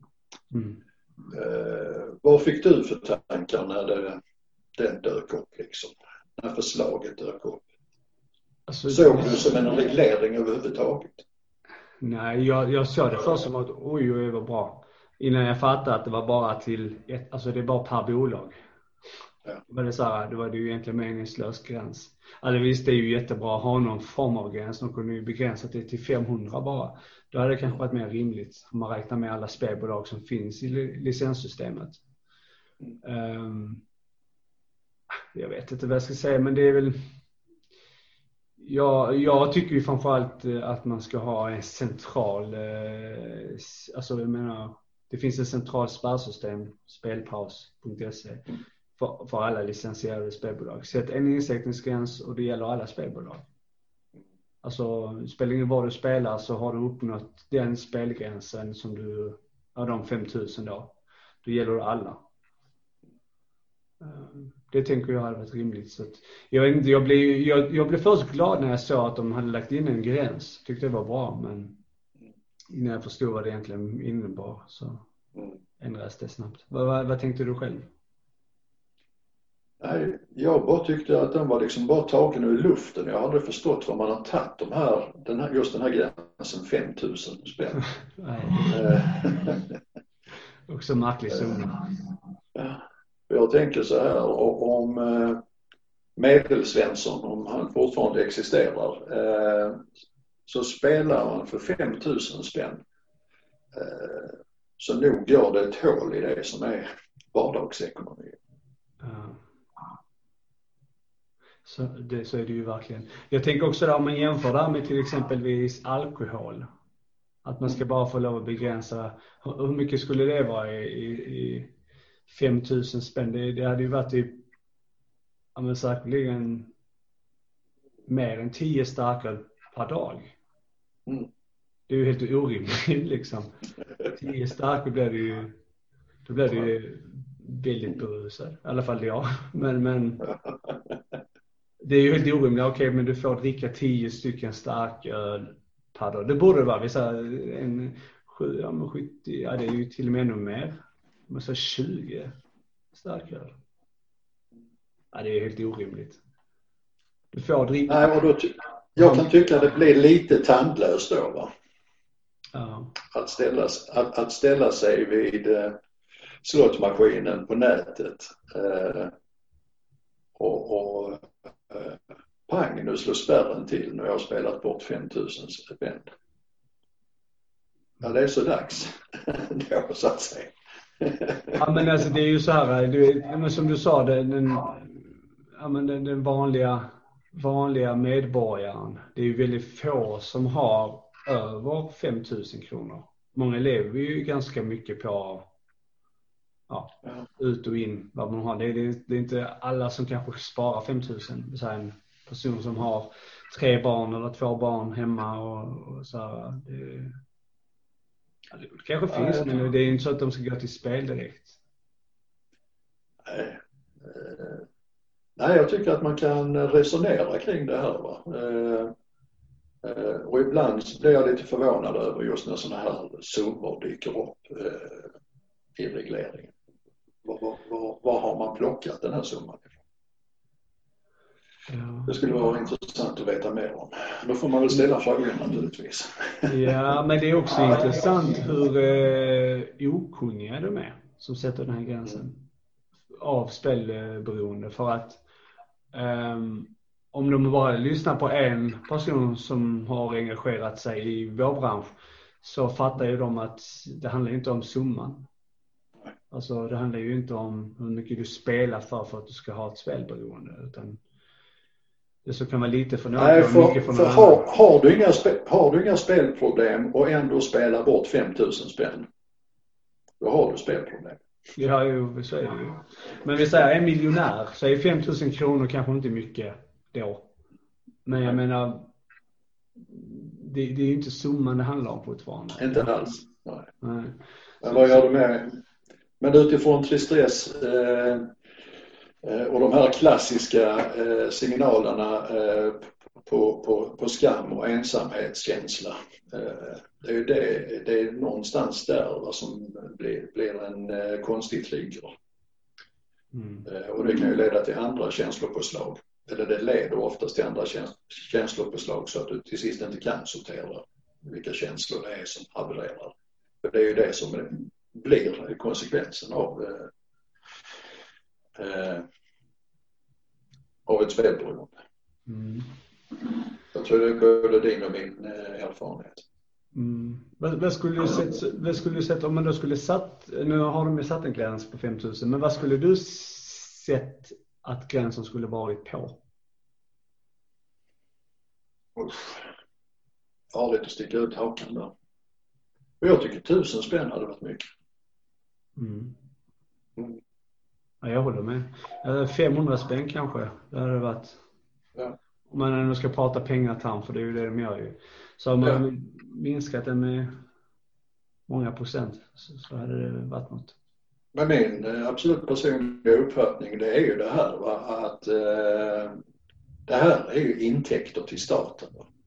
Vad fick du för tankar när den dök upp liksom? När förslaget dök upp? Alltså, såg du som en reglering överhuvudtaget? Nej, jag såg det först som att oj vad bra. Innan jag fattade att det var bara till alltså det är bara per bolag. Ja. Det var det ju egentligen meningslös gräns. Alltså visst, det är ju jättebra att ha någon form av gräns. De kunde ju begränsa det till 500 bara. Då hade det kanske varit mer rimligt om man räknar med alla spelbolag som finns i licenssystemet. Jag vet inte vad jag ska säga, men det är väl... Jag tycker ju framförallt att man ska ha en central... Alltså jag menar, det finns en central spärrsystem, spelpaus.se. För alla licensierade spelbolag. Sätt en insättningsgräns och det gäller alla spelbolag. Alltså spelar ingen vad du spelar så har du uppnått den spelgränsen som du av de 5 000 då. Då gäller det alla. Det tänker jag hade varit rimligt. Så att, jag blev först glad när jag såg att de hade lagt in en gräns. Tyckte det var bra, men innan jag förstod vad det egentligen innebar så ändrades det snabbt. Vad tänkte du själv? Nej, jag bara tyckte att den var liksom bara tagen ur luften. Jag hade förstått vad man har tagit just den här gränsen 5 000 spänn. Också märklig summa. Ja, jag tänker så här, om Medelsvensson, om han fortfarande existerar, så spelar han för 5 000 spänn. Så nog går det ett hål i det som är vardagsekonomi. Så är det ju verkligen. Jag tänker också där om man jämför där med till exempelvis alkohol. Att man ska bara få lov att begränsa. Hur mycket skulle det vara i 5 000 spänn? Det hade ju varit ja men säkerligen mer än 10 starköl per dag. Mm. Det är ju helt orimligt liksom. 10 starköl blir det ju, då blir det ju väldigt berusad. I alla fall jag. Men det är ju helt orimligt. Okej, men du får dricka 10 stycken starköl per dag. Det borde vara, vi säger en 70, ja det är ju till och med ännu mer. Men så 20 starköl. Ja, det är helt orimligt. Du får dricka. Nej, och då jag kan tycka att det blir lite tandlöst då, va? Ja. Att ställa sig vid slottmaskinen på nätet och pang, nu slår spärren till när jag har spelat bort 5 000 spänn. Ja, det är så dags då, så att säga. Ja, men alltså det är ju så här, men som du sa, den vanliga medborgaren, det är ju väldigt få som har över 5 000 kronor. Många lever ju ganska mycket på ut och in vad man har. Det är inte alla som kanske sparar 5 000. Så här, en person som har 3 barn eller 2 barn hemma och så här, det kanske finns, men det är inte så att de ska gå till spel direkt. Nej, jag tycker att man kan resonera kring det här, va? Och ibland blir jag lite förvånad över just när sådana här summor dyker upp i regleringen. Var har man plockat den här summan ifrån? Ja. Det skulle vara intressant att veta mer om. Då får man väl ställa frågan naturligtvis. Ja, men det är också intressant hur okunniga de är som sätter den här gränsen av spelberoende. För att om de bara lyssnar på en person som har engagerat sig i vår bransch, så fattar ju de att det handlar inte om summan. Alltså det handlar ju inte om hur mycket du spelar för att du ska ha ett spelberoende, utan det så kan vara lite för någon. Nej, har du inga spelproblem och ändå spelar bort 5 000 spänn, då har du spelproblem. Ja, ju, så är det ju. Men vi säger en miljonär, så är 5 000 kronor kanske inte mycket då. Men jag menar, det är ju inte summan det handlar om fortfarande. Inte alls. Nej. Men vad gör du med? Men utifrån tristess och de här klassiska signalerna på skam och ensamhetskänsla. Det är någonstans där som blir en konstig trigger. Och det kan ju leda till andra känslopåslag. Eller det leder oftast till andra känslopåslag, så att du till sist inte kan sortera vilka känslor det är som havererar. För det är ju det som blir konsekvensen av ett spelberoende. Jag tror det är både din och min erfarenhet. Vad skulle du sett om man då skulle nu har de ju satt en gräns på 5 000, men vad skulle du sett att gränsen skulle varit på? Farligt att sticka ut hakan där. Och jag tycker 1000 spänn hade varit mycket. Ja, jag håller med. 500 spänn kanske. Det hade varit. Ja. Om man ändå ska prata pengaterm, för det är ju det de gör ju. Så om man minskat det med många procent, så hade det varit något. Men min absolut personliga uppfattning, det är ju det här, va? Att det här är ju intäkter till staten.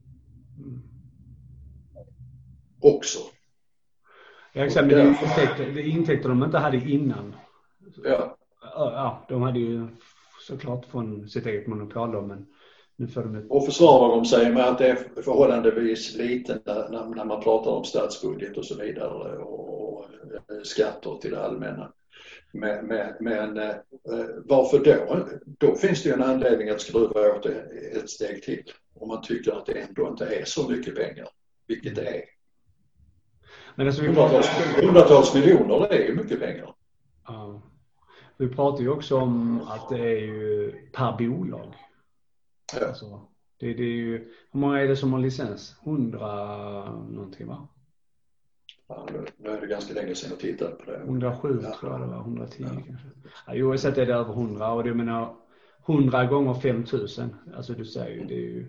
Också. Ja, exakt, men det är intäkter de inte hade innan. Ja. Ja, de hade ju såklart från sitt eget monopol då, men nu får de och försvarar de sig med att det är förhållandevis lite när man pratar om statsbudget och så vidare och skatter till det allmänna. Men varför då? Då finns det ju en anledning att skruva åt ett steg till. Om man tycker att det ändå inte är så mycket pengar, vilket det är. Men alltså hundratals miljoner, det är ju mycket pengar. Ja. Vi pratar ju också om att det är ju per bolag. Ja. Alltså, det är ju, hur många är det som har licens? 100 någonting, va? Ja, nu är det ganska länge sedan jag tittade på det. 107 tror jag det var, 110 kanske. Ja, oavsett är det över 100, och det menar 100 gånger 5 000. Alltså du säger ju, det är ju,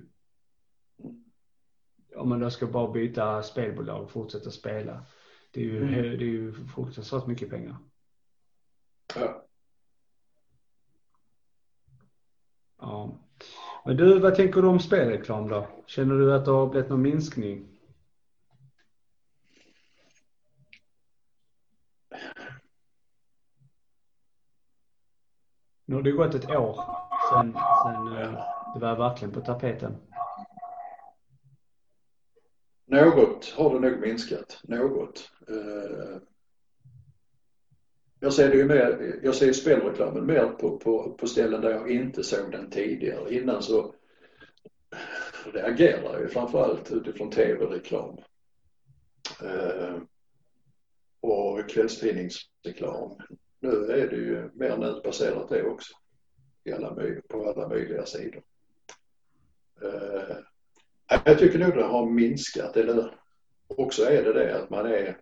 om man då ska bara byta spelbolag och fortsätta spela. Det är ju fruktansvärt mycket pengar. Ja. Ja. Men du, vad tänker du om spelreklam då? Känner du att det har blivit någon minskning? Nu har det gått ett år sen det var verkligen på tapeten. Något har det nog minskat. Något. Jag ser det ju mer, jag ser spelreklamen mer på ställen där jag inte såg den tidigare. Innan så reagerar jag ju framförallt utifrån tv-reklam. Och kvällstidningsreklam. Nu är det ju mer nätbaserat det också. På alla möjliga sidor. Jag tycker nog det har minskat. Eller också är det att man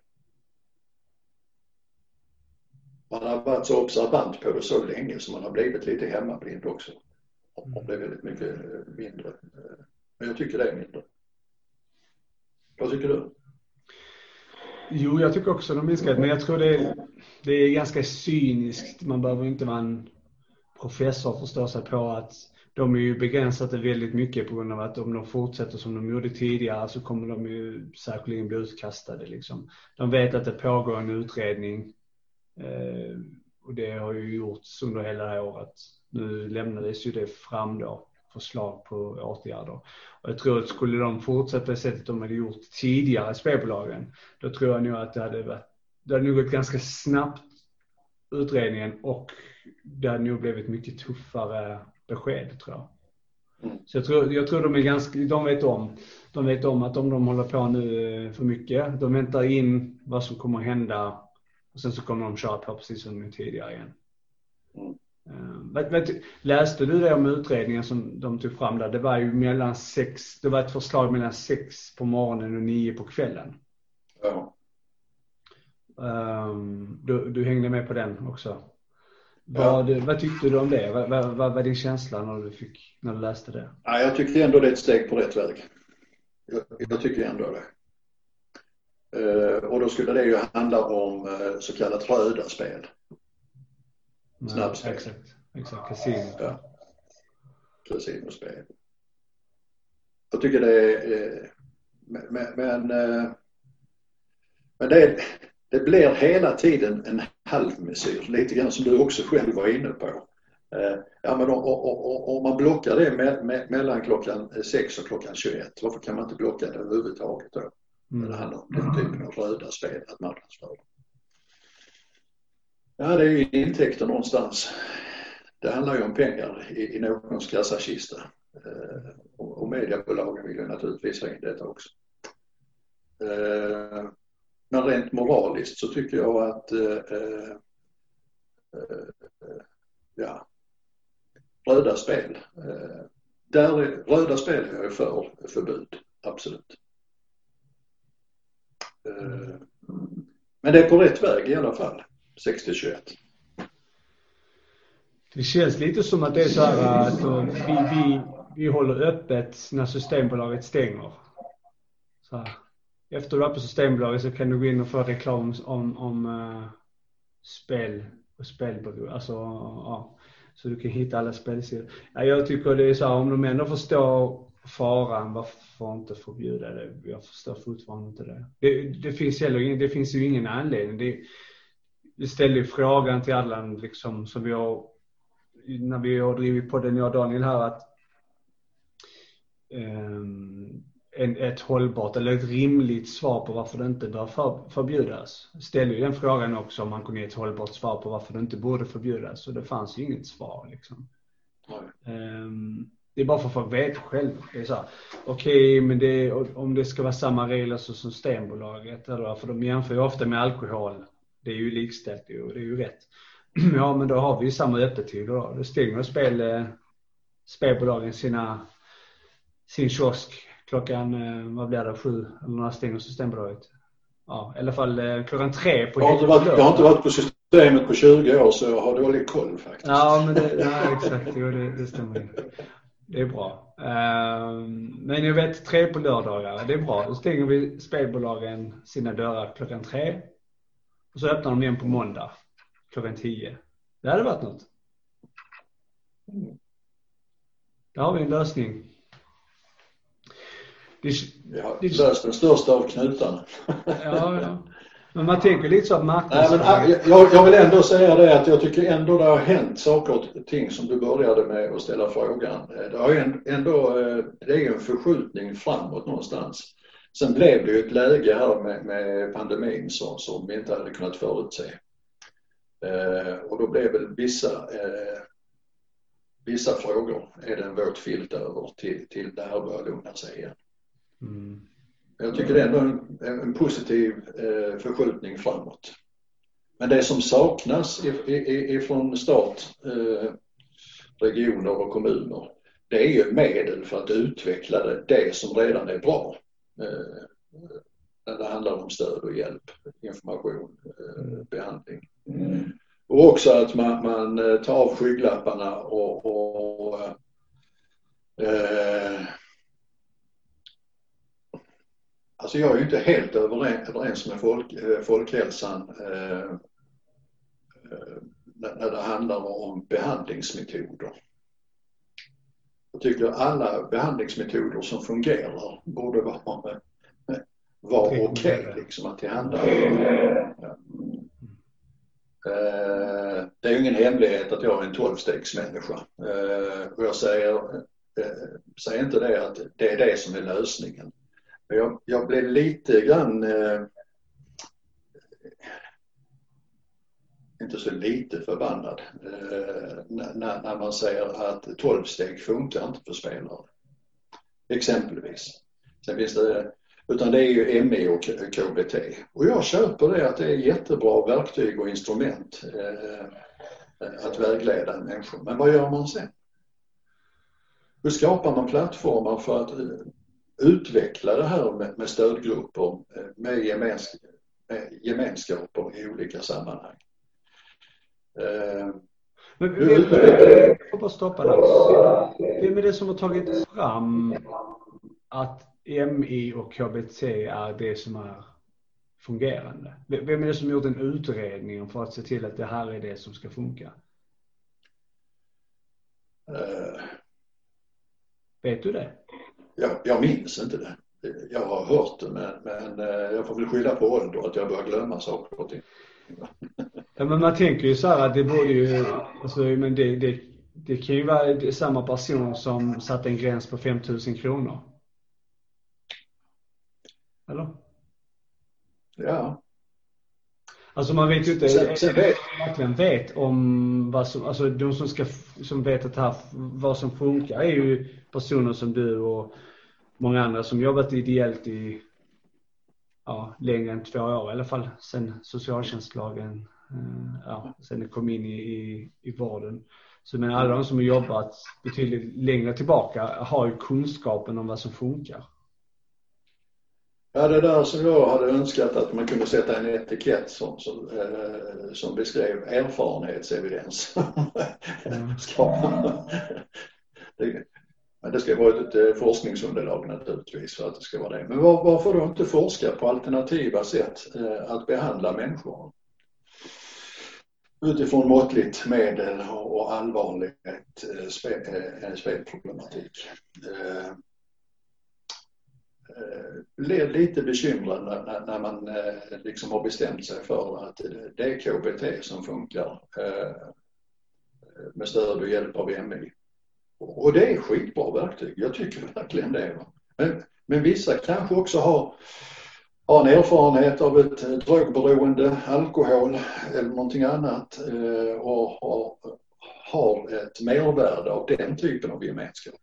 har varit så observant på det så länge så man har blivit lite hemmablind också. Och det är väldigt mycket mindre. Men jag tycker det är mindre. Vad tycker du? Jo, jag tycker också de minskat. Men jag tror det är ganska cyniskt. Man behöver inte vara en professor och förstå sig på att de är ju begränsade väldigt mycket på grund av att om de fortsätter som de gjorde tidigare så kommer de ju säkerligen bli utkastade liksom. De vet att det pågår en utredning och det har ju gjorts under hela det här året. Nu lämnades ju det fram då, förslag på åtgärder. Och jag tror att skulle de fortsätta på sättet de hade gjort tidigare i spelbolagen, då tror jag nog att det hade nog gått ganska snabbt utredningen och det hade nog blivit mycket tuffare besked tror jag. Så jag tror de är ganska, de vet om att om de håller på nu för mycket, de väntar in vad som kommer att hända och sen så kommer de köra på precis som tidigare igen. Läste du det om utredningen som de tog fram där? Det var ju det var ett förslag mellan 6 på morgonen och 9 på kvällen. Ja. Du hängde med på den också. Ja. Vad tyckte du om det? Vad var din känsla när du läste det? Ja, jag tycker ändå det är ett steg på rätt väg. Jag tycker ändå det. Och då skulle det ju handla om så kallat röda spel. Snabbspel. Exakt. Casino. Ja. Casinospel. Jag tycker det är men det blir hela tiden en halvmesyr, lite grann som du också själv var inne på. Ja, men om man blockar det mellan klockan 6 och klockan 21, varför kan man inte blocka det överhuvudtaget då? Det handlar om den typen av röda spel att marknadsföra. Ja, det är ju intäkter någonstans. Det handlar ju om pengar i någons kassakista. Och mediebolagen vill ju naturligtvis ha in detta också. Men rent moraliskt så tycker jag att röda spel. Röda spel är jag för förbud. Absolut. Men det är på rätt väg i alla fall. 60-21. Det känns lite som att det är så här att vi håller öppet när Systembolaget stänger. Så här. Efter du är på Systembolaget så kan du gå in och få reklam om spel och spelbolag. Alltså, ja, så du kan hitta alla spelsidor. Ja, jag tycker det är så här, om de ändå förstår faran, varför inte förbjuda det? Jag förstår fortfarande inte det. Det finns ju ingen anledning. Vi ställer ju frågan till alla liksom, som när vi har drivit på den jag och Daniel här att ett hållbart eller ett rimligt svar på varför det inte bör förbjudas. Ställer ju den frågan också om man kunde ge ett hållbart svar på varför det inte borde förbjudas. Och det fanns ju inget svar liksom. Det är bara för att få veta själv. Det är så här, okej, men om det ska vara samma regler som Systembolaget, eller för de jämför ju ofta med alkohol. Det är ju likställt och det är ju rätt. Ja, men då har vi ju samma öppettider då. Då stänger spelbolagen sin kiosk klockan, vad blir det, 7? Eller när stänger Systembolaget? Ja, i alla fall klockan 3 på Jag har inte varit på systemet på 20 år så jag har dålig koll faktiskt. Ja, men exakt. Jo, det stämmer. Det är bra. Men jag vet 3 på lördagar. Det är bra. Då stänger vi spelbolagen sina dörrar klockan 3. Och så öppnar de igen på måndag klockan 10. Det hade varit något. Där har vi en lösning. Vi har löst den största av knutarna. Ja. Men man tänker lite så att marknadsföring... Jag vill ändå säga det att jag tycker ändå det har hänt saker och ting som du började med att ställa frågan. Det har det är en förskjutning framåt någonstans. Sen blev det ju ett läge här med pandemin som vi inte hade kunnat förutse. Och då blev väl vissa frågor är det en våt filt över till det här börjar lugna sig igen. Jag tycker det är ändå en positiv förskjutning framåt. Men det som saknas från stat, regioner och kommuner, det är ju medel för att utveckla det som redan är bra. När det handlar om stöd och hjälp, information, behandling. Och också att man tar av skygglapparna och alltså jag är ju inte helt överens med folkhälsan när det handlar om behandlingsmetoder. Jag tycker alla behandlingsmetoder som fungerar borde vara okej liksom att tillhandahålla. Det är ju ingen hemlighet att jag är en 12-stegsmänniska. Och jag säger inte det att det är det som är lösningen. Men jag blev lite grann, inte så lite förbannad när man säger att 12-steg funkar inte för spelare. Exempelvis. Sen finns det, utan det är ju ME och KBT. Och jag köper det att det är jättebra verktyg och instrument att vägleda en människa. Men vad gör man sen? Hur skapar man plattformar för att utveckla det här med stödgrupper, med gemenskaper i olika sammanhang? Men jag får bara stoppa där. Vem är det som har tagit fram att MI och KBT är det som är fungerande? Vem är det som gjort en utredning för att se till att det här är det som ska funka? Vet du det? Jag minns inte det. Jag har hört det, men jag får väl skylla på ålder att jag börjar glömma saker och ting. Ja, men man tänker ju så här att det borde ju, alltså, men det kan ju vara samma person som satte en gräns på 5 000 kronor. Eller? Ja. Alltså man vet ju inte, verkligen vet om vad som, alltså de som vet att det här, vad som funkar är ju personer som du och många andra som jobbat ideellt i längre än 2 år, i alla fall sen socialtjänstlagen, sen det kom in i vården. Så men alla de som har jobbat betydligt längre tillbaka har ju kunskapen om vad som funkar. Ja, det där som jag hade önskat att man kunde sätta en etikett som beskrev erfarenhetsevidens. Men det ska vara ett forskningsunderlag naturligtvis för att det ska vara det. Men varför då inte forska på alternativa sätt att behandla människor? Utifrån måttligt medel och allvarligt spelproblematik. Blev lite bekymrad när man liksom har bestämt sig för att det är KBT som funkar med stöd och hjälp av MI. Och det är skitbra verktyg. Jag tycker verkligen det. Men vissa kanske också har en erfarenhet av ett drogberoende, alkohol eller någonting annat och har ett mervärde av den typen av gemenskap.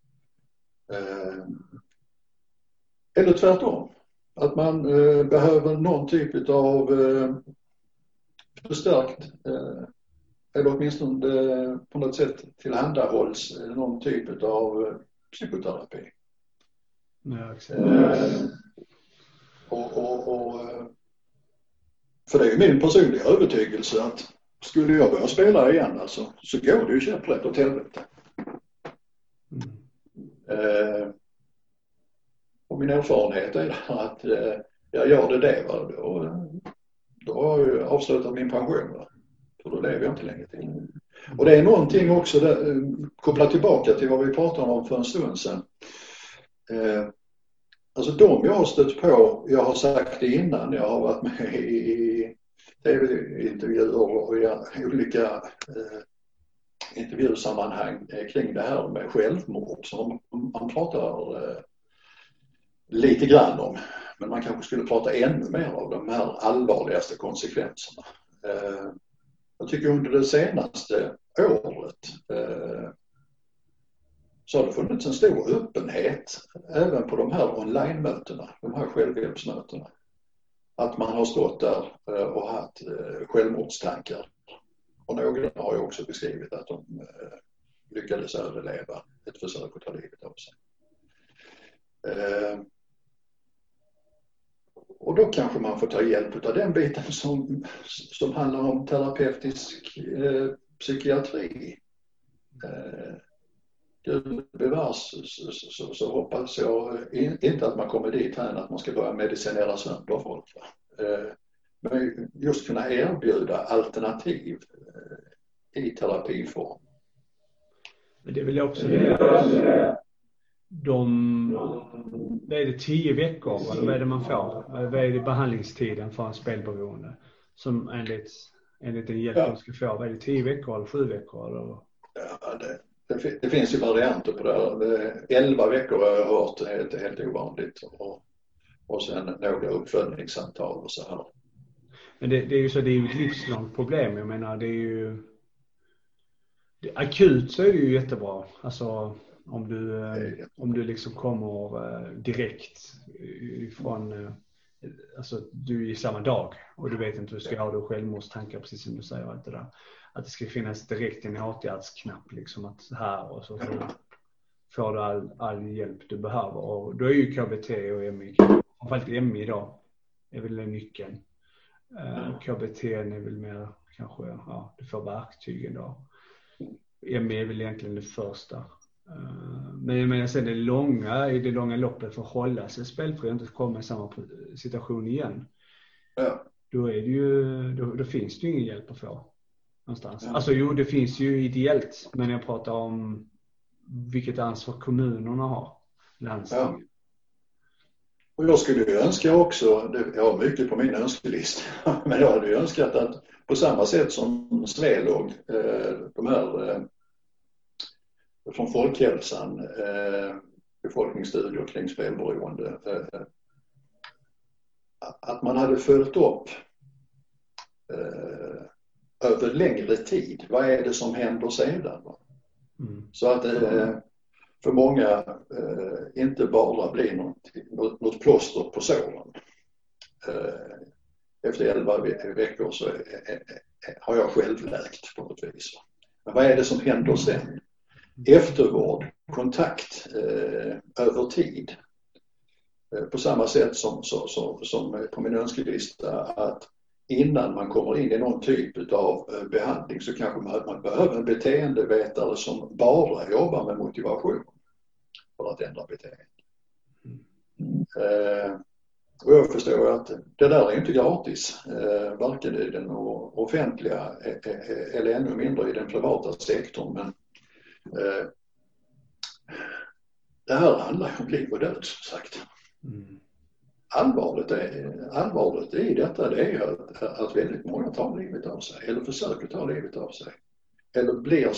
Eller tvärtom. Att man behöver någon typ av förstärkt eller åtminstone på något sätt tillhandahålls någon typ av psykoterapi. Ja, exakt. För det är min personliga övertygelse att skulle jag börja spela igen alltså, så går det ju käpprätt åt helvete. Och min erfarenhet är att jag gör det då har jag avslutat min pension. För då lever jag inte längre till. Och det är någonting också där, kopplat tillbaka till vad vi pratade om för en stund sedan. Alltså de jag har stött på, jag har sagt det innan, jag har varit med i tv-intervjuer och i olika intervjusammanhang kring det här med självmord som man pratar lite grann om. Men man kanske skulle prata ännu mer om de här allvarligaste konsekvenserna. Jag tycker under det senaste året så har det funnits en stor öppenhet även på de här online-mötena, de här självhjälpsmötena. Att man har stått där och haft självmordstankar. Och några har ju också beskrivit att de lyckades överleva ett försök att ta livet av sig. Och då kanske man får ta hjälp av den biten som handlar om terapeutisk psykiatri. Gud bevars så hoppas jag inte att man kommer dit här att man ska börja medicinera sönder folk. Men just kunna erbjuda alternativ i terapiform. Men det vill jag också säga. Vad är det 10 veckor eller vad är det man får? Vad är det behandlingstiden för en spelberoende som enligt den hjälp man ska få? Vad är det 10 veckor eller 7 veckor? Eller? Ja, det finns ju varianter på det. 11 veckor har jag hört är helt ovanligt och sen några uppföljningssamtal och så här. Men det är ju så, det är ju ett livslångt problem. Jag menar, det är ju akut så är det ju jättebra. Alltså om du liksom kommer direkt ifrån, alltså du är i samma dag och du vet inte hur du ska ha det, självmordstankar precis som du säger, allt det där. Att det ska finnas direkt en åtgärdsknapp liksom, att här och så får du all hjälp du behöver. Och då är ju KBT och MI, framförallt MI idag är väl nyckeln. KBT är väl mer kanske, du får verktygen då. MI är väl egentligen det första. Men jag menar sen i det långa loppet för att hålla sig spelfri och inte komma i samma situation igen. Ja. Då är det ju, då finns det ju ingen hjälp att få någonstans. Ja. Alltså det finns ju ideellt, men jag pratar om vilket ansvar kommunerna har. Landstingen. Ja. Och jag skulle ju önska också, jag har mycket på min önskelista, men jag hade ju önskat att på samma sätt som Svelog, de här från Folkhälsan, befolkningsstudier kring spelberoende, att man hade följt upp över längre tid. Vad är det som händer sedan? Så att för många inte bara blir något plåster på såren. Efter 11 veckor så har jag själv läkt på något vis. Men vad är det som händer sen? Eftervård, kontakt över tid. På samma sätt som på min önskelista, att innan man kommer in i någon typ av behandling så kanske man behöver en beteendevetare som bara jobbar med motivation för att ändra beteende. Och jag förstår att det där är inte gratis, varken i den offentliga eller ännu mindre i den privata sektorn, men det här handlar om liv och död, som sagt. Allvarligt i detta, det är att väldigt många tar livet av sig eller försöker ta livet av sig eller blir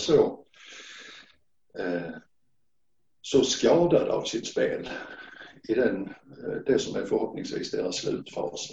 så skadade av sitt spel i det som är förhoppningsvis deras slutfas.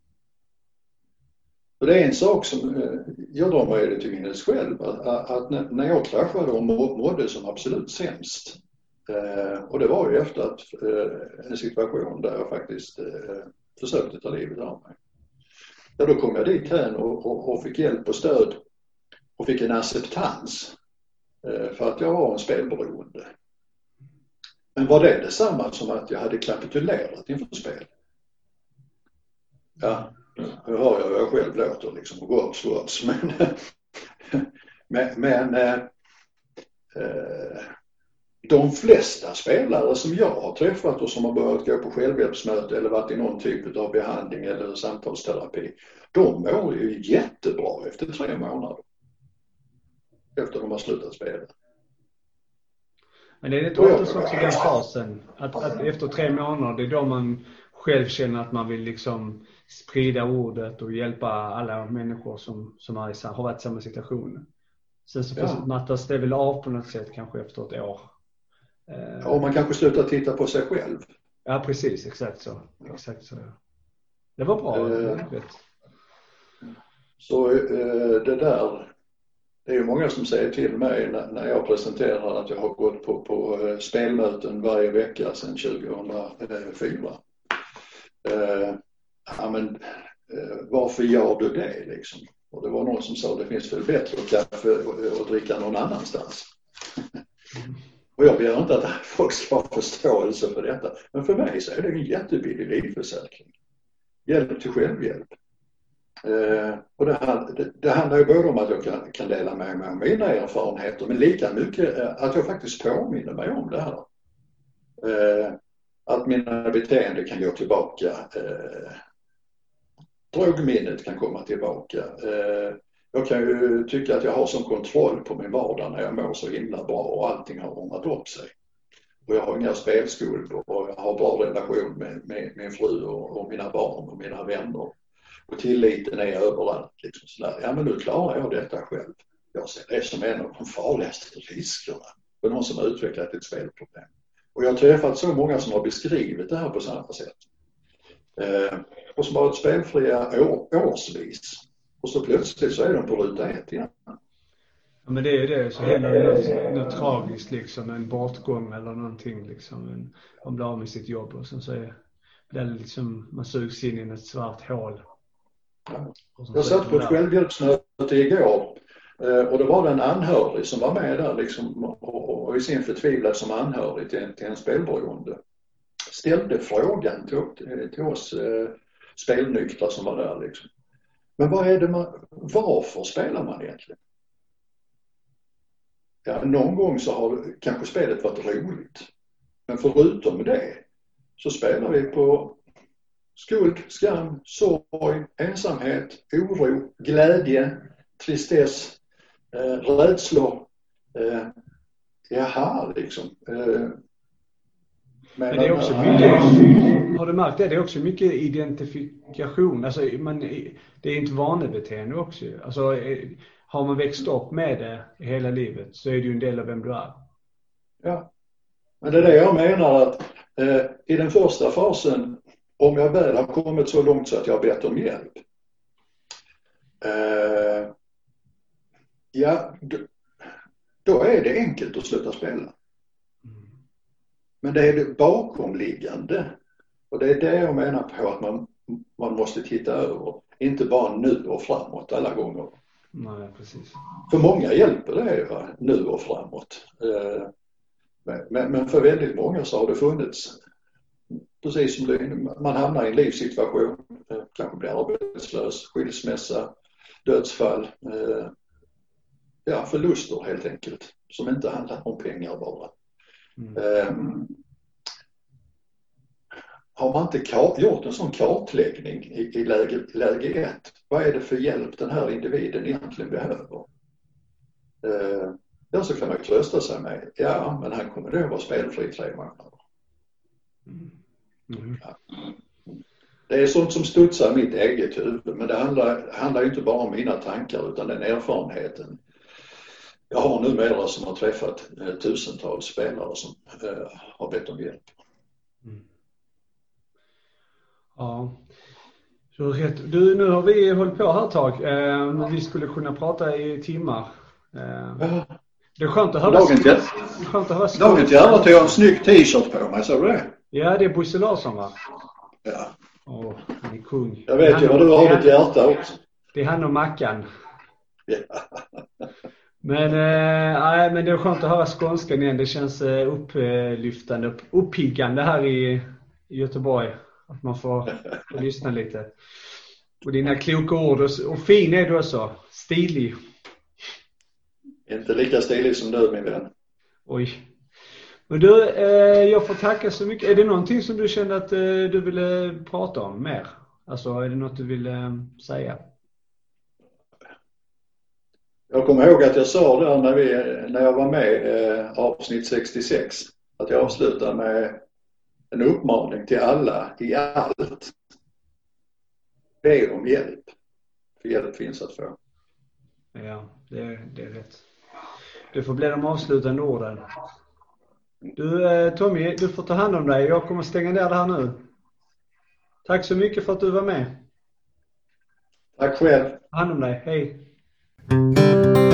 Och det är en sak som jag drar mig det till minnes själv, att när jag kraschade och mådde som absolut sämst, och det var ju efter att en situation där jag faktiskt försökte ta livet av mig. Ja, då kom jag dit här och fick hjälp och stöd och fick en acceptans för att jag var en spelberoende. Men var det detsamma som att jag hade kapitulerat inför spel? Ja, Nu hör jag hur jag själv låter liksom, words. Men de flesta spelare som jag har träffat och som har börjat gå på självhjälpsmöte eller varit i någon typ av behandling eller samtalsterapi, de mår ju jättebra efter 3 månader. Efter de har slutat spela. Men det är inte oftast också den fasen att efter 3 månader, det är då man själv känner att man vill liksom sprida ordet och hjälpa alla människor som har varit i samma situation. Sen så mattas det väl av på något sätt kanske efter ett år. Ja, man kanske slutar titta på sig själv. Ja, precis. Exakt så. Det var bra. Så det där, det är ju många som säger till mig när jag presenterar att jag har gått på spelmöten varje vecka sedan 2004. Varför gör du det liksom? Och det var någon som sa det finns väl bättre kaffe och dricka någon annanstans. Och jag begär inte att folk ska ha förståelse för detta. Men för mig så är det en jättebillig livförsäkring. Hjälp till självhjälp. Och det handlar ju både om att jag kan dela med mig av mina erfarenheter, men lika mycket att jag faktiskt påminner mig om det här. Att mina beteenden kan gå tillbaka. Drogminnet kan komma tillbaka. Jag kan ju tycka att jag har sån kontroll på min vardag när jag mår så himla bra och allting har ordnat upp sig. Och jag har inga spelskulder och jag har bra relation med min fru och mina barn och mina vänner. Och tilliten är överallt. Liksom sådär. Ja, men nu klarar jag detta själv. Jag ser det som en av de farligaste riskerna för någon som har utvecklat ett spelproblem. Och jag har träffat så många som har beskrivit det här på samma sätt. Och som har varit spelfria årsvis. Och så plötsligt så är de på ruta 1 igen. Ja, men det är det. Så händer något tragiskt liksom. En bortgång eller någonting liksom. Man blir av med sitt jobb och sen så är det liksom, man sugs in i ett svart hål. Ja. Jag satt på ett självhjälpsmöte igår. Och det var en anhörig som var med där liksom, och i sin förtvivlan som anhörig till en spelberoende ställde frågan till oss spelnyktra som var där liksom. Men varför spelar man egentligen? Ja, någon gång så har kanske spelet varit roligt. Men förutom det så spelar vi på skuld, skam, sorg, ensamhet, oro, glädje, tristess, rädslor. Liksom. Men det är också mycket, har du märkt det? Det är också mycket identifikation. Alltså det är inte vanebeteende också. Alltså har man växt upp med det hela livet så är det ju en del av vem du är. Ja, men det är det jag menar att i den första fasen, om jag väl har kommit så långt så att jag har bett om hjälp. Då är det enkelt att sluta spela. Men det är det bakomliggande. Och det är det jag menar på att man måste titta över. Inte bara nu och framåt alla gånger. Nej, precis. För många hjälper det nu och framåt. Men för väldigt många så har det funnits, precis som man hamnar i en livssituation, kanske blir arbetslös, skilsmässa, dödsfall, förluster helt enkelt, som inte handlar om pengar bara. Har man inte gjort en sån kartläggning i läge 1? Vad är det för hjälp den här individen egentligen behöver? Så kan man trösta sig med, men han kommer då vara spelfri 3 månader. Ja. Det är sånt som studsar i mitt eget huvud, men det handlar ju inte bara om mina tankar utan den erfarenheten. Jag har numera som har träffat tusentals spelare som har bett om hjälp. Ja, så rätt. Du, nu har vi hållit på här ett tag, men vi skulle kunna prata i timmar. Det är skönt att höra. Dagens jävla tog jag en snygg t-shirt på mig, så det? Ja, det är Bosse Larsson, va? Ja. Han är kung. Jag vet ju vad du har ditt hjärta också. Det är han och Mackan. Ja. Men det är skönt att höra skånskan igen. Det känns upplyftande, uppiggande här i Göteborg. Att man får lyssna lite. Och dina kloka ord. Och fin är du också. Stilig. Inte lika stilig som du, min vän. Oj. Men du, jag får tacka så mycket. Är det någonting som du kände att du ville prata om mer? Alltså, är det något du ville säga? Jag kommer ihåg att jag sa där när jag var med avsnitt 66. Att jag avslutade med en uppmaning till alla i allt. Be om hjälp. För hjälp finns att få. Ja, det är rätt. Det får bli de avslutande orden. Du, Tommy, du får ta hand om dig. Jag kommer stänga ner det här nu. Tack så mycket för att du var med. Tack själv. Ta hand om dig. Hej.